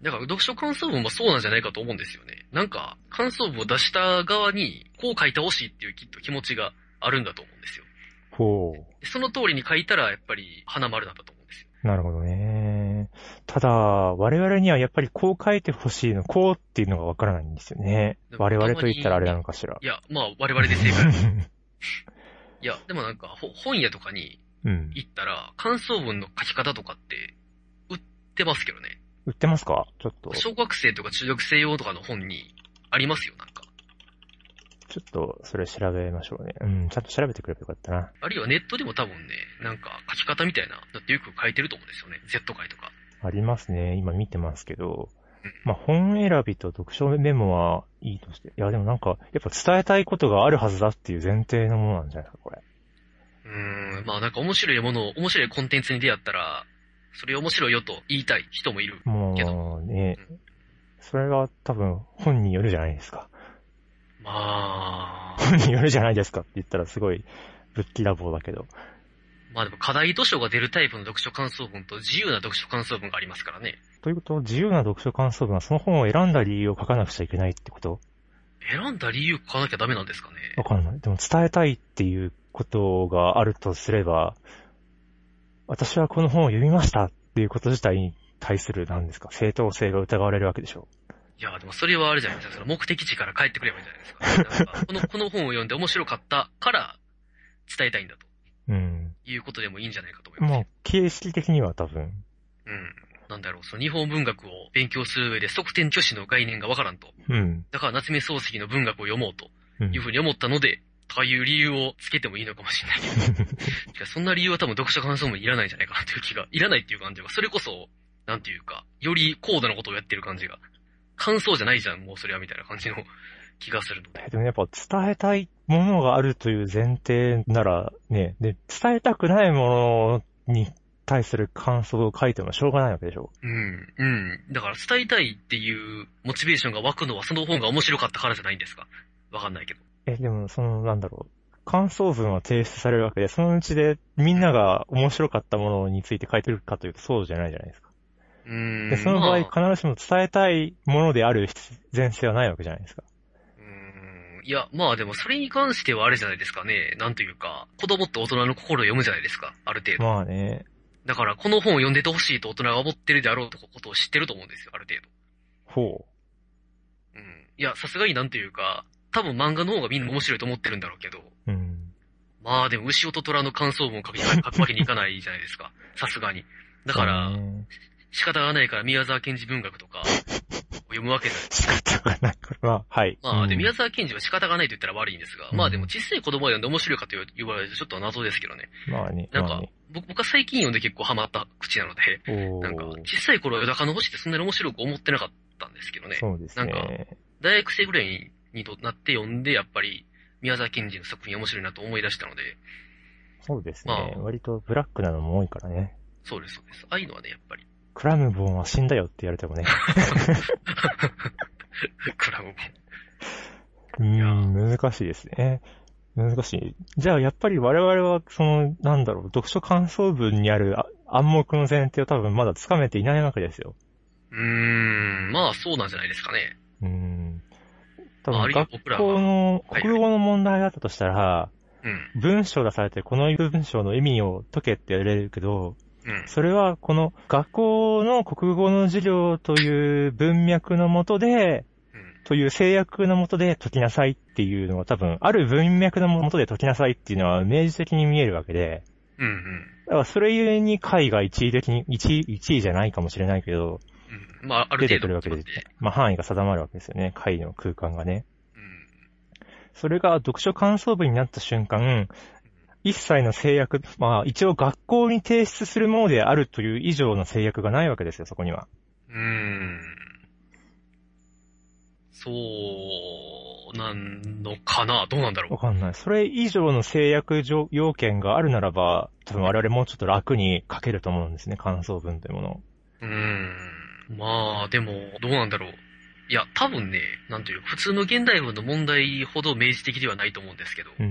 だから読書感想文もそうなんじゃないかと思うんですよね。なんか、感想文を出した側に、こう書いてほしいっていうきっと気持ちがあるんだと思うんですよ。 ほう。 その通りに書いたら、やっぱり、花丸なんだと思うんですよ。 なるほどね。ただ、我々にはやっぱりこう書いてほしいの、こうっていうのがわからないんですよね。我々と言ったらあれなのかしら。 いや、まあ、我々で正解。いや、でもなんか、本屋とかに行ったら、うん、感想文の書き方とかって、売ってますけどね。 売ってますかちょっと。 小学生とか中学生用とかの本にありますよ、なんか。 ちょっと、それ調べましょうね。うん、ちゃんと調べてくればよかったな。 あるいはネットでも多分ね、なんか書き方みたいな、だってよく書いてると思うんですよね。Z 回とか。 ありますね。今見てますけど。うん、まあ、本選びと読書メモはいいとして。いや、でもなんか、やっぱ伝えたいことがあるはずだっていう前提のものなんじゃないですか、これ。 うーん、まあなんか面白いものを、面白いコンテンツに出会ったら、それ面白いよと言いたい人もいるけど。 もうね、うん、それが多分本によるじゃないですか。 まあ。 本によるじゃないですかって言ったらすごいぶっきらぼうだけど。 まあでも課題図書が出るタイプの読書感想文と自由な読書感想文がありますからね。 ということ、自由な読書感想文はその本を選んだ理由を書かなくちゃいけないってこと？ 選んだ理由書かなきゃダメなんですかね。 わかんない。でも伝えたいっていうことがあるとすれば、私はこの本を読みましたっていうこと自体に対する何ですか、正当性が疑われるわけでしょう。 いや、でもそれはあれじゃないですか。その目的地から帰ってくればいいじゃないですか。なんかこの、この本を読んで面白かったから伝えたいんだと。うん。いうことでもいいんじゃないかと思います。 まあ、形式的には多分。 うん。なんだろう、その日本文学を勉強する上で側転挙手の概念がわからんと。うん。だから夏目漱石の文学を読もうというふうに思ったので、うん、という理由をつけてもいいのかもしれないけど。そんな理由は多分読書感想文いらないんじゃないかなという気が、いらないっていう感じが、それこそ、なんていうか、より高度なことをやってる感じが。感想じゃないじゃん、もうそれはみたいな感じの気がするので。 でもやっぱ伝えたいものがあるという前提ならね、で、伝えたくないものに対する感想を書いてもしょうがないわけでしょ。 うん、うん。だから伝えたいっていうモチベーションが湧くのはその本が面白かったからじゃないんですか？わかんないけど。 え、でもその、なんだろう。感想文は提出されるわけで、そのうちでみんなが面白かったものについて書いてるかというとそうじゃないじゃないですか。 うーんで、その場合、必ずしも伝えたいものである必然性はないわけじゃないですか。 うーん。いや、まあでもそれに関してはあれじゃないですかね。なんというか、子供って大人の心を読むじゃないですか。ある程度。 まあね。 だから、この本を読んでてほしいと大人が思ってるであろうとことを知ってると思うんですよ、ある程度。 ほう。うん。 いや、さすがになんていうか、多分漫画の方がみんな面白いと思ってるんだろうけど、 うん。 まあでも牛音虎の感想文を書き書くわけにいかないじゃないですか。さすがに。だから、 ね、 仕方がないから宮沢賢治文学とか読むわけじゃないですか。 仕方がない。これは、はい。 まあ、で、 うん、 宮沢賢治は仕方がないと言ったら悪いんですが、うん、まあでも小さい子供が読んで面白いかと言われるとちょっと謎ですけどね。 まあね。 なんか、 まあね、 僕は最近読んで結構ハマった口なので、なんか、小さい頃、よだかの星ってそんなに面白く思ってなかったんですけどね。 そうですね。 なんか、大学生ぐらいになって読んで、やっぱり、宮沢賢治の作品面白いなと思い出したので。 そうですね。まあ、割とブラックなのも多いからね。 そうです、そうです。ああいうのはね、やっぱり。 クラムボンは死んだよって言われてもね。 クラムボン。うーん、難しいですね。難しい。じゃあ、やっぱり我々は、その、なんだろう、読書感想文にある暗黙の前提を多分まだつかめていないわけですよ。 うーん、まあそうなんじゃないですかね。 うーん。多分、学校の国語の問題だったとしたら、はいはい、うん、文章出されてこの文章の意味を解けって言われるけど、うん、それはこの学校の国語の授業という文脈のもとで、うん、という制約のもとで解きなさいっていうのは多分、ある文脈のもとで解きなさいっていうのは明示的に見えるわけで、 うんうん、 だからそれゆえに解が一位的に、一位、一位じゃないかもしれないけど、 うん、まあ、ある程度出てくるわけで、まあ範囲が定まるわけですよね、解の空間がね。うん、それが読書感想文になった瞬間、一切の制約、まあ一応学校に提出するものであるという以上の制約がないわけですよ、そこには。 うーん。そうなんのかな、どうなんだろう。 わかんない。それ以上の制約要件があるならば、多分我々もうちょっと楽に書けると思うんですね、感想文というものを。 うーん。まあ、でも、どうなんだろう。いや、多分ね、なんていう、普通の現代文の問題ほど明示的ではないと思うんですけど、うん、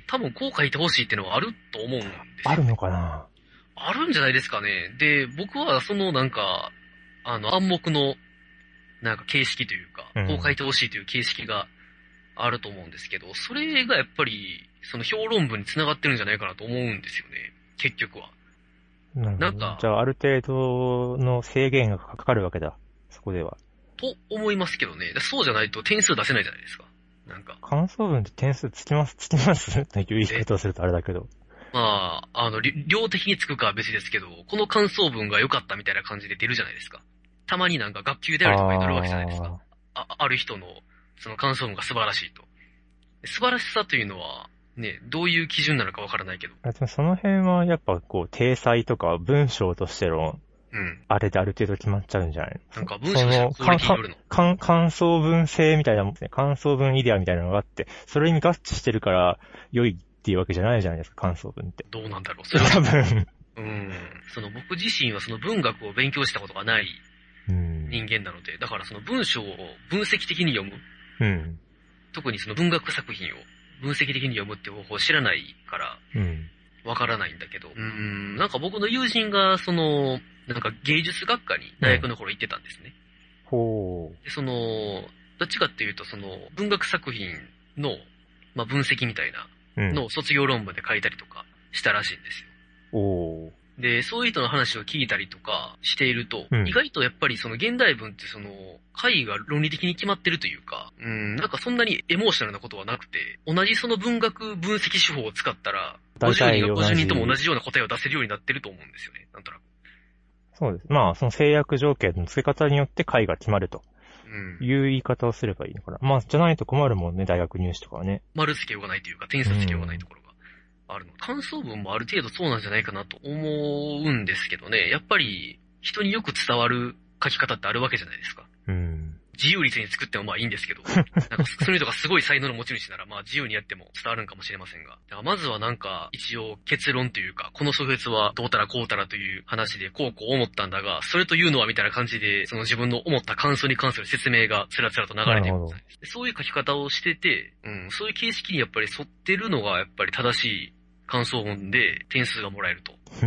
多分こう書いてほしいっていうのはあると思うんですよ。 あるのかな？ あるんじゃないですかね。で、僕はそのなんか、あの暗黙のなんか形式というか、うん、こう書いてほしいという形式があると思うんですけど、それがやっぱり、その評論文に繋がってるんじゃないかなと思うんですよね。結局は。 な, なんか。じゃあある程度の制限がかかるわけだ。そこでは。 と思いますけどね。そうじゃないと点数出せないじゃないですか。なんか。 感想文って点数つきます、つきますという言い方をするとあれだけど。 まあ、あの、量的につくかは別ですけど、この感想文が良かったみたいな感じで出るじゃないですか。たまになんか学級であるとかになるわけじゃないですか。あ, ある人の、その感想文が素晴らしいと。素晴らしさというのは、ね、どういう基準なのかわからないけど。 でもその辺はやっぱこう、体裁とか文章としての、うん。あれである程度決まっちゃうんじゃないの？ なんか文章のクオリティによるの？ 感、感想文性みたいなもんですね。感想文イデアみたいなのがあって、それに合致してるから良いっていうわけじゃないじゃないですか、感想文って。 どうなんだろう。それは多分。うん。その僕自身はその文学を勉強したことがない人間なので、だからその文章を分析的に読む。うん。特にその文学作品を分析的に読むって方法を知らないから、うん。わからないんだけど、うーん、なんか僕の友人がその、なんか芸術学科に大学の頃行ってたんですね。 うん、ほう。 で、その、どっちかっていうとその文学作品の、まあ、分析みたいなのを卒業論文で書いたりとかしたらしいんですよ。おー。で、そういう人の話を聞いたりとかしていると、うん、意外とやっぱりその現代文ってその、解が論理的に決まってるというか、うん、なんかそんなにエモーショナルなことはなくて、同じその文学分析手法を使ったら、ごじゅうにんがごじゅうにんとも同じような答えを出せるようになってると思うんですよね、なんとなく。 そうです。まあ、その制約条件の付け方によって解が決まると。いう言い方をすればいいのかな。まあ、じゃないと困るもんね、大学入試とかはね。 丸付けようがないというか、点数付けようがないところがあるの。感想文もある程度そうなんじゃないかなと思うんですけどね。やっぱり、人によく伝わる書き方ってあるわけじゃないですか。 うん。 自由率に作ってもまあいいんですけど、なんかそういう人がすごい才能の持ち主ならまあ自由にやっても伝わるんかもしれませんが。だからまずはなんか一応結論というか、この小説はどうたらこうたらという話でこうこう思ったんだが、それというのはみたいな感じで、その自分の思った感想に関する説明がつらつらと流れてるんですね。そういう書き方をしてて、うん、そういう形式にやっぱり沿ってるのがやっぱり正しい感想文で点数がもらえると。 うん。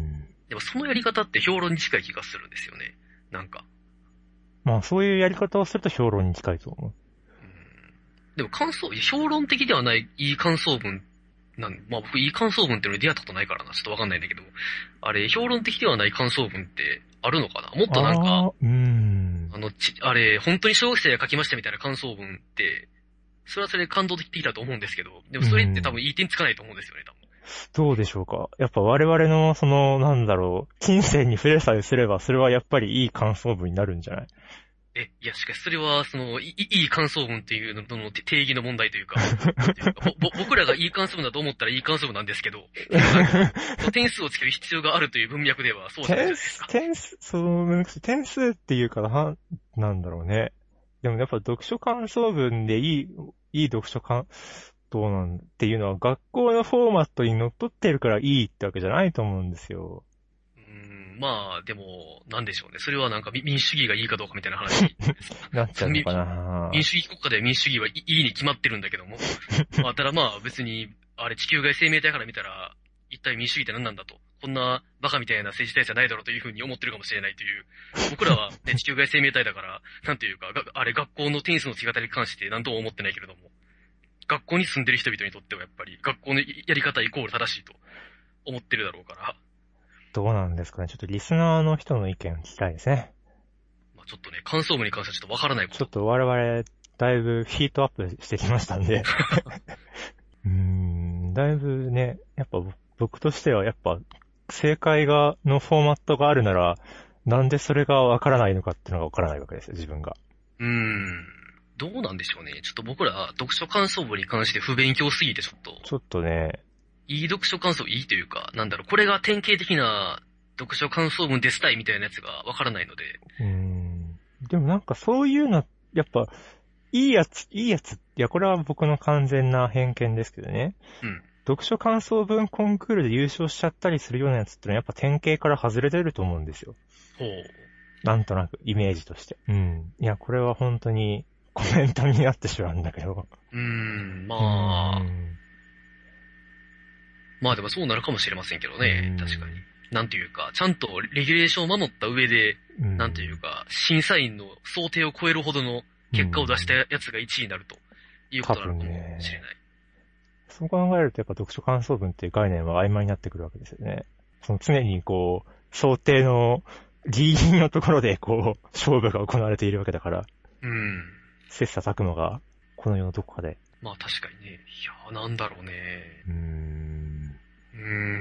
でもそのやり方って評論に近い気がするんですよね。なんか。 まあ、そういうやり方をすると評論に近いと思う。 うん、でも感想、評論的ではないいい感想文なん、まあ僕いい感想文っていうのに出会ったことないからな、ちょっとわかんないんだけど、あれ、評論的ではない感想文ってあるのかな？もっとなんか、 うーん。 ん。 あの、ち、あれ、本当に小学生が書きましたみたいな感想文って、それはそれで感動的だと思うんですけど、でもそれって多分いい点つかないと思うんですよね、多分。 どうでしょうか。やっぱ我々の、その、なんだろう、金銭に触れさえすれば、それはやっぱりいい感想文になるんじゃない？ え、いや、しかしそれは、その、いいい感想文っていうのの定義の問題というか、なんていうかぼ僕らがいい感想文だと思ったらいい感想文なんですけど、点数をつける必要があるという文脈ではそうじゃないですか。 点数、そう、点数っていうかな、なんだろうね。でもやっぱ読書感想文でいい、いい読書感、どうなんっていうのは学校のフォーマットにのっとってるからいいってわけじゃないと思うんですよ。 うーん、まあ、でも、なんでしょうね。それはなんか民主主義がいいかどうかみたいな話なっちゃうのかな。 民主主義国家で民主主義はいいに決まってるんだけども。まあ、ただまあ別に、あれ地球外生命体から見たら、一体民主主義って何なんだと。こんなバカみたいな政治体制はないだろうというふうに思ってるかもしれないという。僕らはね、地球外生命体だから、なんていうか、あれ学校の点数の付け方に関して何とも思ってないけれども。学校に住んでる人々にとってはやっぱり学校のやり方イコール正しいと思ってるだろうから。 どうなんですかね。ちょっとリスナーの人の意見を聞きたいですね。 まあちょっとね、感想文に関してはちょっとわからないこと。 ちょっと我々、だいぶヒートアップしてきましたんで。うーん、だいぶね、やっぱ僕としてはやっぱ正解が、のフォーマットがあるなら、なんでそれがわからないのかっていうのがわからないわけですよ、自分が。 うーん。どうなんでしょうね。ちょっと僕ら読書感想文に関して不勉強すぎてちょっと。 ちょっとね。 いい読書感想いいというか、なんだろう、これが典型的な読書感想文ですたいみたいなやつがわからないので。 うーん。でもなんかそういうの、やっぱ、いいやつ、いいやつ。いや、これは僕の完全な偏見ですけどね。 うん。 読書感想文コンクールで優勝しちゃったりするようなやつってのはやっぱ典型から外れてると思うんですよ。 ほう。 なんとなく、イメージとして。うん。いや、これは本当に、コメントになってしまうんだけど。 うーん、まあ。 うんまあでもそうなるかもしれませんけどね。確かに。なんていうか、ちゃんとレギュレーションを守った上で、なんていうか、審査員の想定を超えるほどの結果を出したやつがいちいになるということなのかもしれない。ね、 そう考えるとやっぱ読書感想文っていう概念は曖昧になってくるわけですよね。その常にこう、想定のギリギリのところでこう、勝負が行われているわけだから。 うん。 切磋琢磨が、この世のどこかで。 まあ確かにね。いやーなんだろうね。 うーん。 うー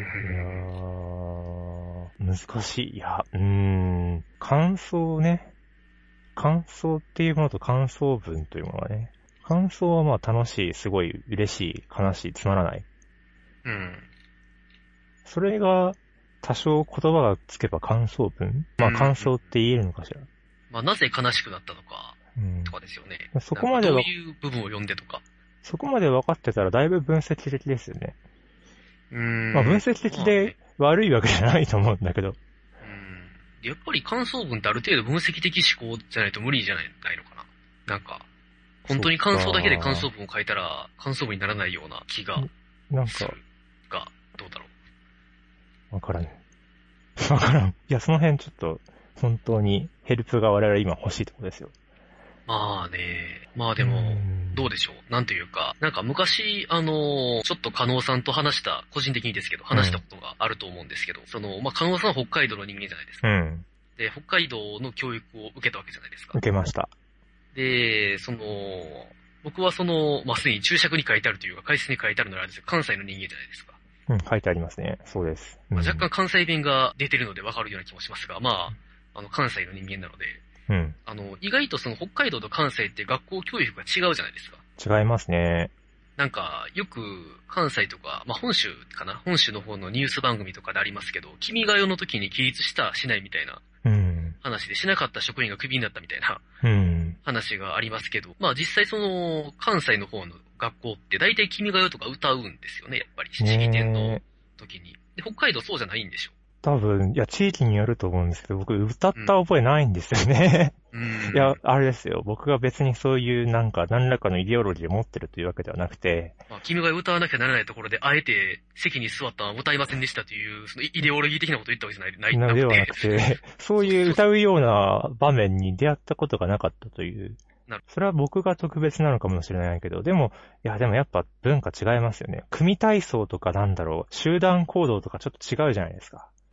ん。 いやー、難しい。いや、うーん。感想ね。感想っていうものと感想文というものがね。感想はまあ楽しい、すごい嬉しい、悲しい、つまらない。 うん。 それが多少言葉がつけば感想文？まあ感想って言えるのかしら。うん、 まあなぜ悲しくなったのか。 うん、 とかですよね。 そこまでは、 どういう部分を読んでとか。 そこまで分かってたらだいぶ分析的ですよね。 うーん。 まあ分析的で悪いわけじゃないと思うんだけど。 うん。やっぱり感想文ってある程度分析的思考じゃないと無理じゃないのかな。なんか、本当に感想だけで感想文を書いたら感想文にならないような気がなんか、 するが、どうだろう。わからん。わからん。いや、その辺ちょっと、本当にヘルプが我々今欲しいところですよ。 まあね、まあでも、どうでしょう。なんというか、なんか昔、あの、ちょっと加納さんと話した、個人的にですけど、話したことがあると思うんですけど、うん、その、まあ加納さんは北海道の人間じゃないですか。 うん。 で、北海道の教育を受けたわけじゃないですか。 受けました。 で、その、僕はその、まあ、すでに注釈に書いてあるというか、解説に書いてあるのはあれですよ。関西の人間じゃないですか。 うん、書いてありますね。そうです。 うん、まあ、若干関西弁が出てるのでわかるような気もしますが、まあ、あの、関西の人間なので、 うん。 あの、意外とその北海道と関西って学校教育が違うじゃないですか。 違いますね。 なんか、よく関西とか、まあ、本州かな本州の方のニュース番組とかでありますけど、君が代の時に起立したしないみたいな話で、しなかった職員がクビになったみたいな話がありますけど、まあ実際その関西の方の学校って大体君が代とか歌うんですよね、やっぱり。式典の時に。で、北海道そうじゃないんでしょ。 多分、いや、地域によると思うんですけど、僕、歌った覚えないんですよね。うん、いや、あれですよ。僕が別にそういう、なんか、何らかのイデオロギーを持ってるというわけではなくて。 まあ、君が歌わなきゃならないところで、あえて席に座ったまま歌いませんでしたという、そのイデオロギー的なことを言ったわけじゃない、ないなくて。 ではなくて、そういう歌うような場面に出会ったことがなかったという。なるそれは僕が特別なのかもしれないけど、でも、いや、でもやっぱ文化違いますよね。組体操とかなんだろう、集団行動とかちょっと違うじゃないですか。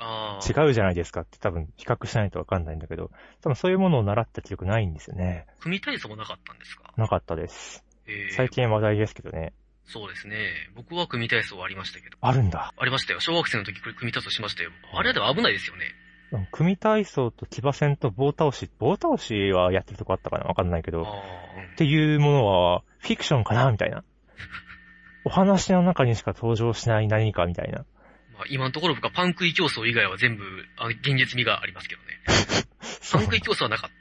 あ違うじゃないですかって多分比較しないとわかんないんだけど、多分そういうものを習った記憶ないんですよね。 組体操もなかったんですか？ なかったです。 えー、 最近話題ですけどね。 そうですね。僕は組体操はありましたけど。 あるんだ。 ありましたよ。小学生の時組体操しましたよ。あれでは危ないですよね。 組体操と騎馬戦と棒倒し、棒倒しはやってるとこあったかなわかんないけど、 あ、うん、 っていうものはフィクションかなみたいな。お話の中にしか登場しない何かみたいな。 まあ、今のところ僕はパン食い競争以外は全部あ現実味がありますけどね。パン食い競争はなかった。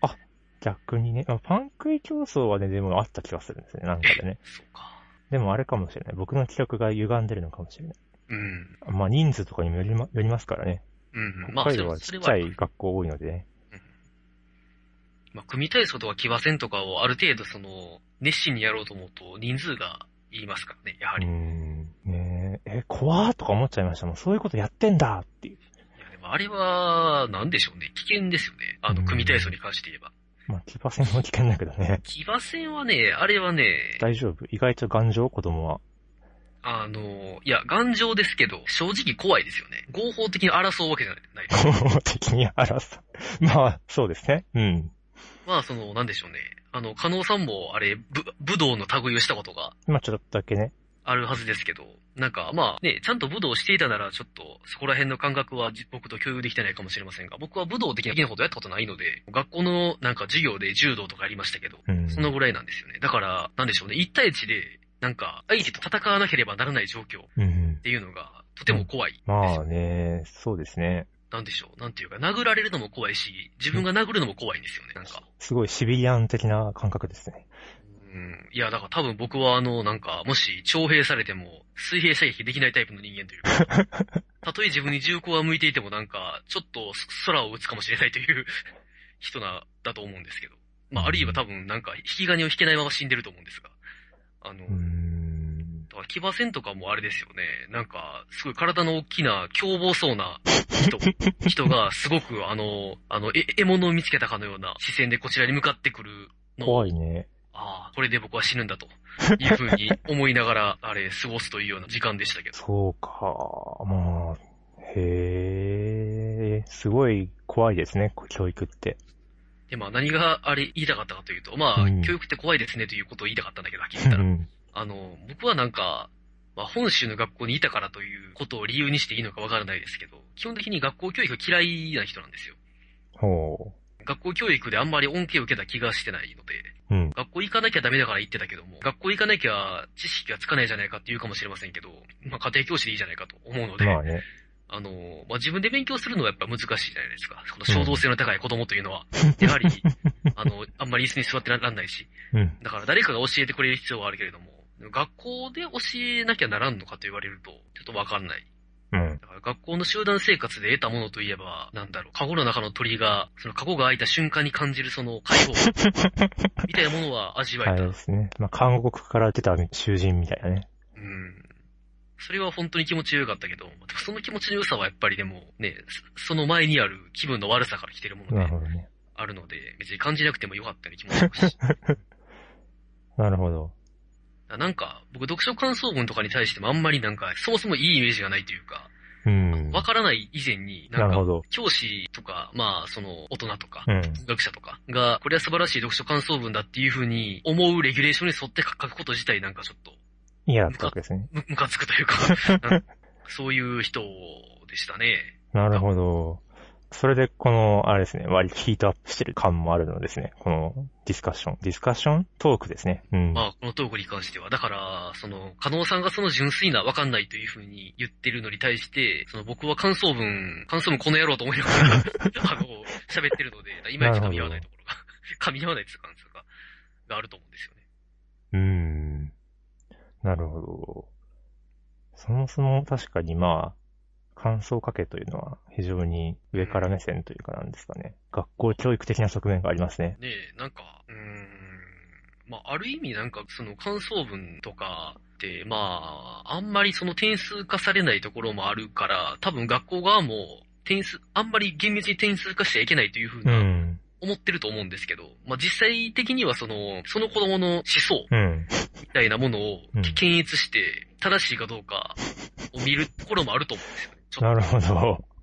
あ、逆にね。パン食い競争はね、でもあった気がするんですね。なんかでね。 そうか。 でもあれかもしれない。僕の記憶が歪んでるのかもしれない。 うん。 まあ人数とかにもよりま、よりますからね。 うん、うん。 北海道はちっちゃい学校多いのでね。 うん。まあ、組体操とか騎馬戦とかをある程度その、熱心にやろうと思うと人数が言いますからね、やはり。 うーん。ねえ、え、怖ーとか思っちゃいましたもん。そういうことやってんだっていう。 いや、でもあれは、なんでしょうね。危険ですよね。あの、組体操に関して言えば。 まあ、騎馬戦も危険だけどね。 騎馬戦はね、あれはね、 大丈夫？意外と頑丈？子供は。 あの、いや、頑丈ですけど、正直怖いですよね。合法的に争うわけじゃないです。 合法的に争う。まあ、そうですね。うん。 まあ、その、なんでしょうね。あの、加納さんも、あれ、ぶ、武道の類をしたことが。 まあ、ちょっとだけね。 あるはずですけど、なんか、まあね、ちゃんと武道していたなら、ちょっと、そこら辺の感覚は僕と共有できてないかもしれませんが、僕は武道的なことやったことないので、学校のなんか授業で柔道とかやりましたけど、 うん、 そのぐらいなんですよね。だから、なんでしょうね、一対一で、なんか、相手と戦わなければならない状況っていうのが、とても怖いですよ、 うん。まあね、そうですね。 なんでしょう、なんていうか、殴られるのも怖いし、自分が殴るのも怖いんですよね、なんか。 すごいシビリアン的な感覚ですね。 うん。いや、だから多分僕はあの、なんか、もし徴兵されても、水平射撃できないタイプの人間というか、たとえ自分に銃口が向いていてもなんか、ちょっと空を撃つかもしれないという人な、だと思うんですけど。まあ、あるいは多分なんか、引き金を引けないまま死んでると思うんですが。あの、 うーん、 だから騎馬戦とかもあれですよね。なんか、すごい体の大きな、凶暴そうな人、人がすごくあの、あの、え、獲物を見つけたかのような視線でこちらに向かってくるのを。 怖いね。 ああ、これで僕は死ぬんだというふうに思いながら、あれ、過ごすというような時間でしたけど。 そうか、まあ、へえ、すごい怖いですね、教育って。 で、まあ何があれ言いたかったかというと、まあ、うん、教育って怖いですねということを言いたかったんだけど、はっきり言ったら。あの、僕はなんか、まあ本州の学校にいたからということを理由にしていいのかわからないですけど、基本的に学校教育嫌いな人なんですよ。 ほう。 学校教育であんまり恩恵を受けた気がしてないので、 うん、学校行かなきゃダメだから言ってたけども、学校行かなきゃ知識がつかないじゃないかって言うかもしれませんけど、まあ家庭教師でいいじゃないかと思うので、 まあね、 あの、まあ自分で勉強するのはやっぱ難しいじゃないですか。この衝動性の高い子供というのは、うん、やはり、あの、あんまり椅子に座ってらんないし、 うん、 だから誰かが教えてくれる必要はあるけれども、学校で教えなきゃならんのかと言われると、ちょっとわかんない。 うん。 だから学校の集団生活で得たものといえば、なんだろう、カゴの中の鳥が、そのカゴが開いた瞬間に感じるその解放みたいなものは味わえた。 はいですね。まあ、韓国から出た囚人みたいなね。 うん。それは本当に気持ちよかったけど、その気持ちの良さはやっぱりでも、ね、その前にある気分の悪さから来てるもので、 なるほどね。 あるので、別に感じなくてもよかったような気もしますし。 なるほど。 なんか、僕読書感想文とかに対してもあんまりなんか、そもそもいいイメージがないというか、 うん。 わからない以前に、なんか、教師とか、まあ、その、大人とか、 うん、 学者とかが、これは素晴らしい読書感想文だっていう風に思うレギュレーションに沿って書くこと自体なんかちょっと、 嫌だったわけですね。 む、むかつくというか、そういう人でしたね。 なるほど。それで、この、あれですね、割とヒートアップしてる感もあるのですね。このディスカッション。ディスカッショントークですね。うん。 まあ、このトークに関しては。だから、その、加納さんがその純粋なわかんないというふうに言ってるのに対して、その僕は感想文、感想文この野郎と思いながら、あの、喋ってるので、いまいち噛み合わないところが、噛み合わないっていう感じが、があると思うんですよね。 うーん。なるほど。そもそも確かにまあ、感想かけというのは非常に上から目線というかなんですかね。学校教育的な側面がありますね。 ねえ、なんか、うーん、まあ、ある意味なんかその感想文とかって、まあ、あんまりその点数化されないところもあるから、多分学校側も点数、あんまり厳密に点数化しちゃいけないというふうな、うん思ってると思うんですけど、まあ、実際的にはその、その子供の思想みたいなものを検閲して正しいかどうかを見るところもあると思うんですよね。 なるほど。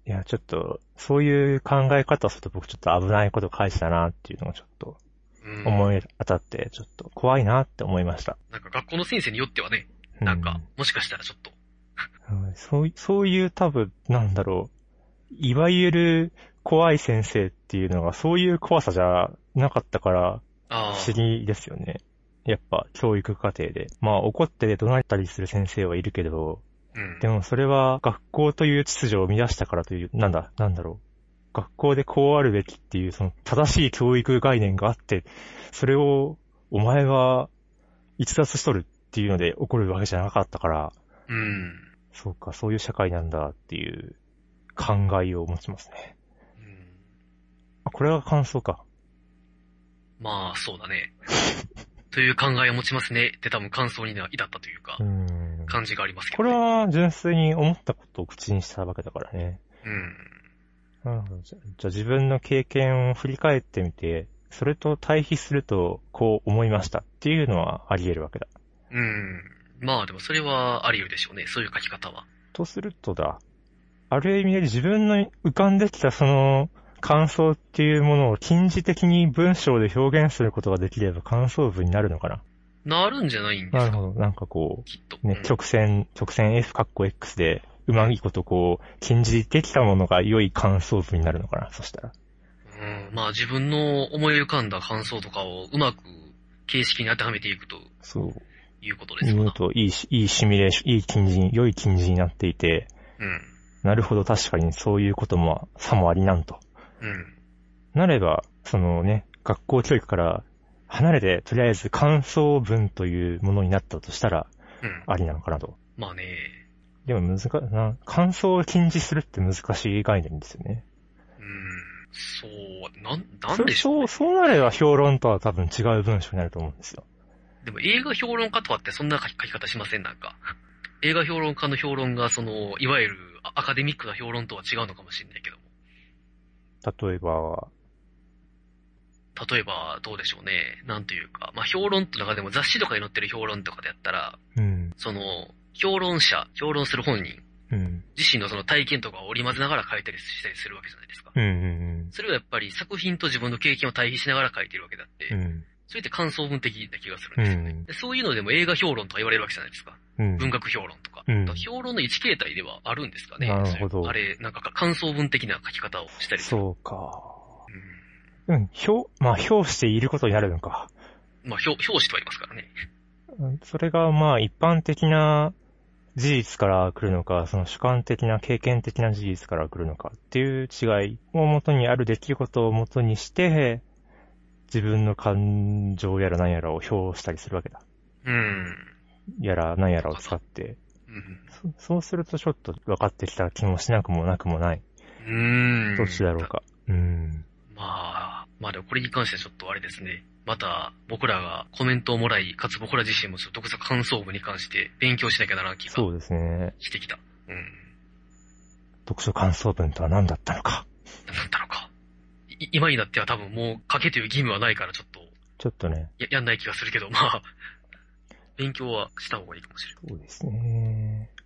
いや、ちょっと、そういう考え方をすると僕ちょっと危ないこと書いてたなっていうのがちょっと思い当たって、ちょっと怖いなって思いました。 なんか学校の先生によってはね、なんか、もしかしたらちょっと。 うん、そう、そういう多分、なんだろう、いわゆる怖い先生っていうのがそういう怖さじゃなかったから、不思議ですよね。やっぱ教育課程で。まあ怒って怒鳴ったりする先生はいるけど、うん、でもそれは学校という秩序を乱したからという、なんだ、なんだろう。学校でこうあるべきっていうその正しい教育概念があって、それをお前は逸脱しとるっていうので怒るわけじゃなかったから、うん、そうか、そういう社会なんだっていう考えを持ちますね。うん、あ、これが感想か。 まあ、そうだね。という考えを持ちますねって多分感想に至ったというか、うん感じがありますけど、ね。 これは純粋に思ったことを口にしたわけだからね。うん。なるほど。じゃあ自分の経験を振り返ってみて、それと対比するとこう思いましたっていうのはあり得るわけだ。 うん。まあでもそれはあり得るでしょうね。そういう書き方は。 とするとだ、ある意味で自分の浮かんできたその感想っていうものを近似的に文章で表現することができれば感想文になるのかな。 なるんじゃないんですか。 なるほど。なんかこう、きっとね、うん、直線、直線 F カッコ X で、うまいことこう、近似できたものが良い感想文になるのかな、そしたら。 うん、まあ自分の思い浮かんだ感想とかをうまく形式に当てはめていくと。そう。いうことですよね。 言うと、いい、いいシミュレーション、いい近似、良い近似になっていて、うん。なるほど、確かにそういうことも、さもありなんと。うん。なれば、そのね、学校教育から離れて、とりあえず感想文というものになったとしたら、うん。ありなのかなと。 まあね。 でも難しいな。感想を禁じするって難しい概念ですよね。 うん。そう、なん、なんでしょう、ね、 そう、そうなれば評論とは多分違う文章になると思うんですよ。 でも映画評論家とかってそんな書き方しませんなんか。映画評論家の評論がその、いわゆるアカデミックな評論とは違うのかもしれないけども。例えば、 例えば、どうでしょうね。なんというか、まあ、評論って中でも雑誌とかに載ってる評論とかでやったら、うん、その、評論者、評論する本人、うん、自身のその体験とかを織り交ぜながら書いたりしたりするわけじゃないですか。うんうんうん、それはやっぱり作品と自分の経験を対比しながら書いてるわけだって、うん、それって感想文的な気がするんですよね、うん。でそういうのでも映画評論とか言われるわけじゃないですか。うん、文学評論とか。うん、評論の一形態ではあるんですかね。 なるほど。 あれ、なんか感想文的な書き方をしたりする。 そうか。うん、表、まあ、表していることになるのか。 まあ、表、表してはいますからね。 それが、まあ、一般的な事実から来るのか、その主観的な経験的な事実から来るのかっていう違いをもとにある出来事をもとにして、自分の感情やら何やらを表したりするわけだ。うん。やら何やらを使って。うん、そ, そうするとちょっと分かってきた気もしなくもなくもない。うーん。どっちだろうか。うん。 まあ、まあでもこれに関してはちょっとあれですね。また僕らがコメントをもらい、かつ僕ら自身もちょっと読書感想文に関して勉強しなきゃならん気がそうですね。 してきた。うん。 読書感想文とは何だったのか。 何だったのか。い今になっては多分もう書けという義務はないからちょっと。 ちょっとね。 や、やんない気がするけど、まあ、勉強はした方がいいかもしれない。 そうですね。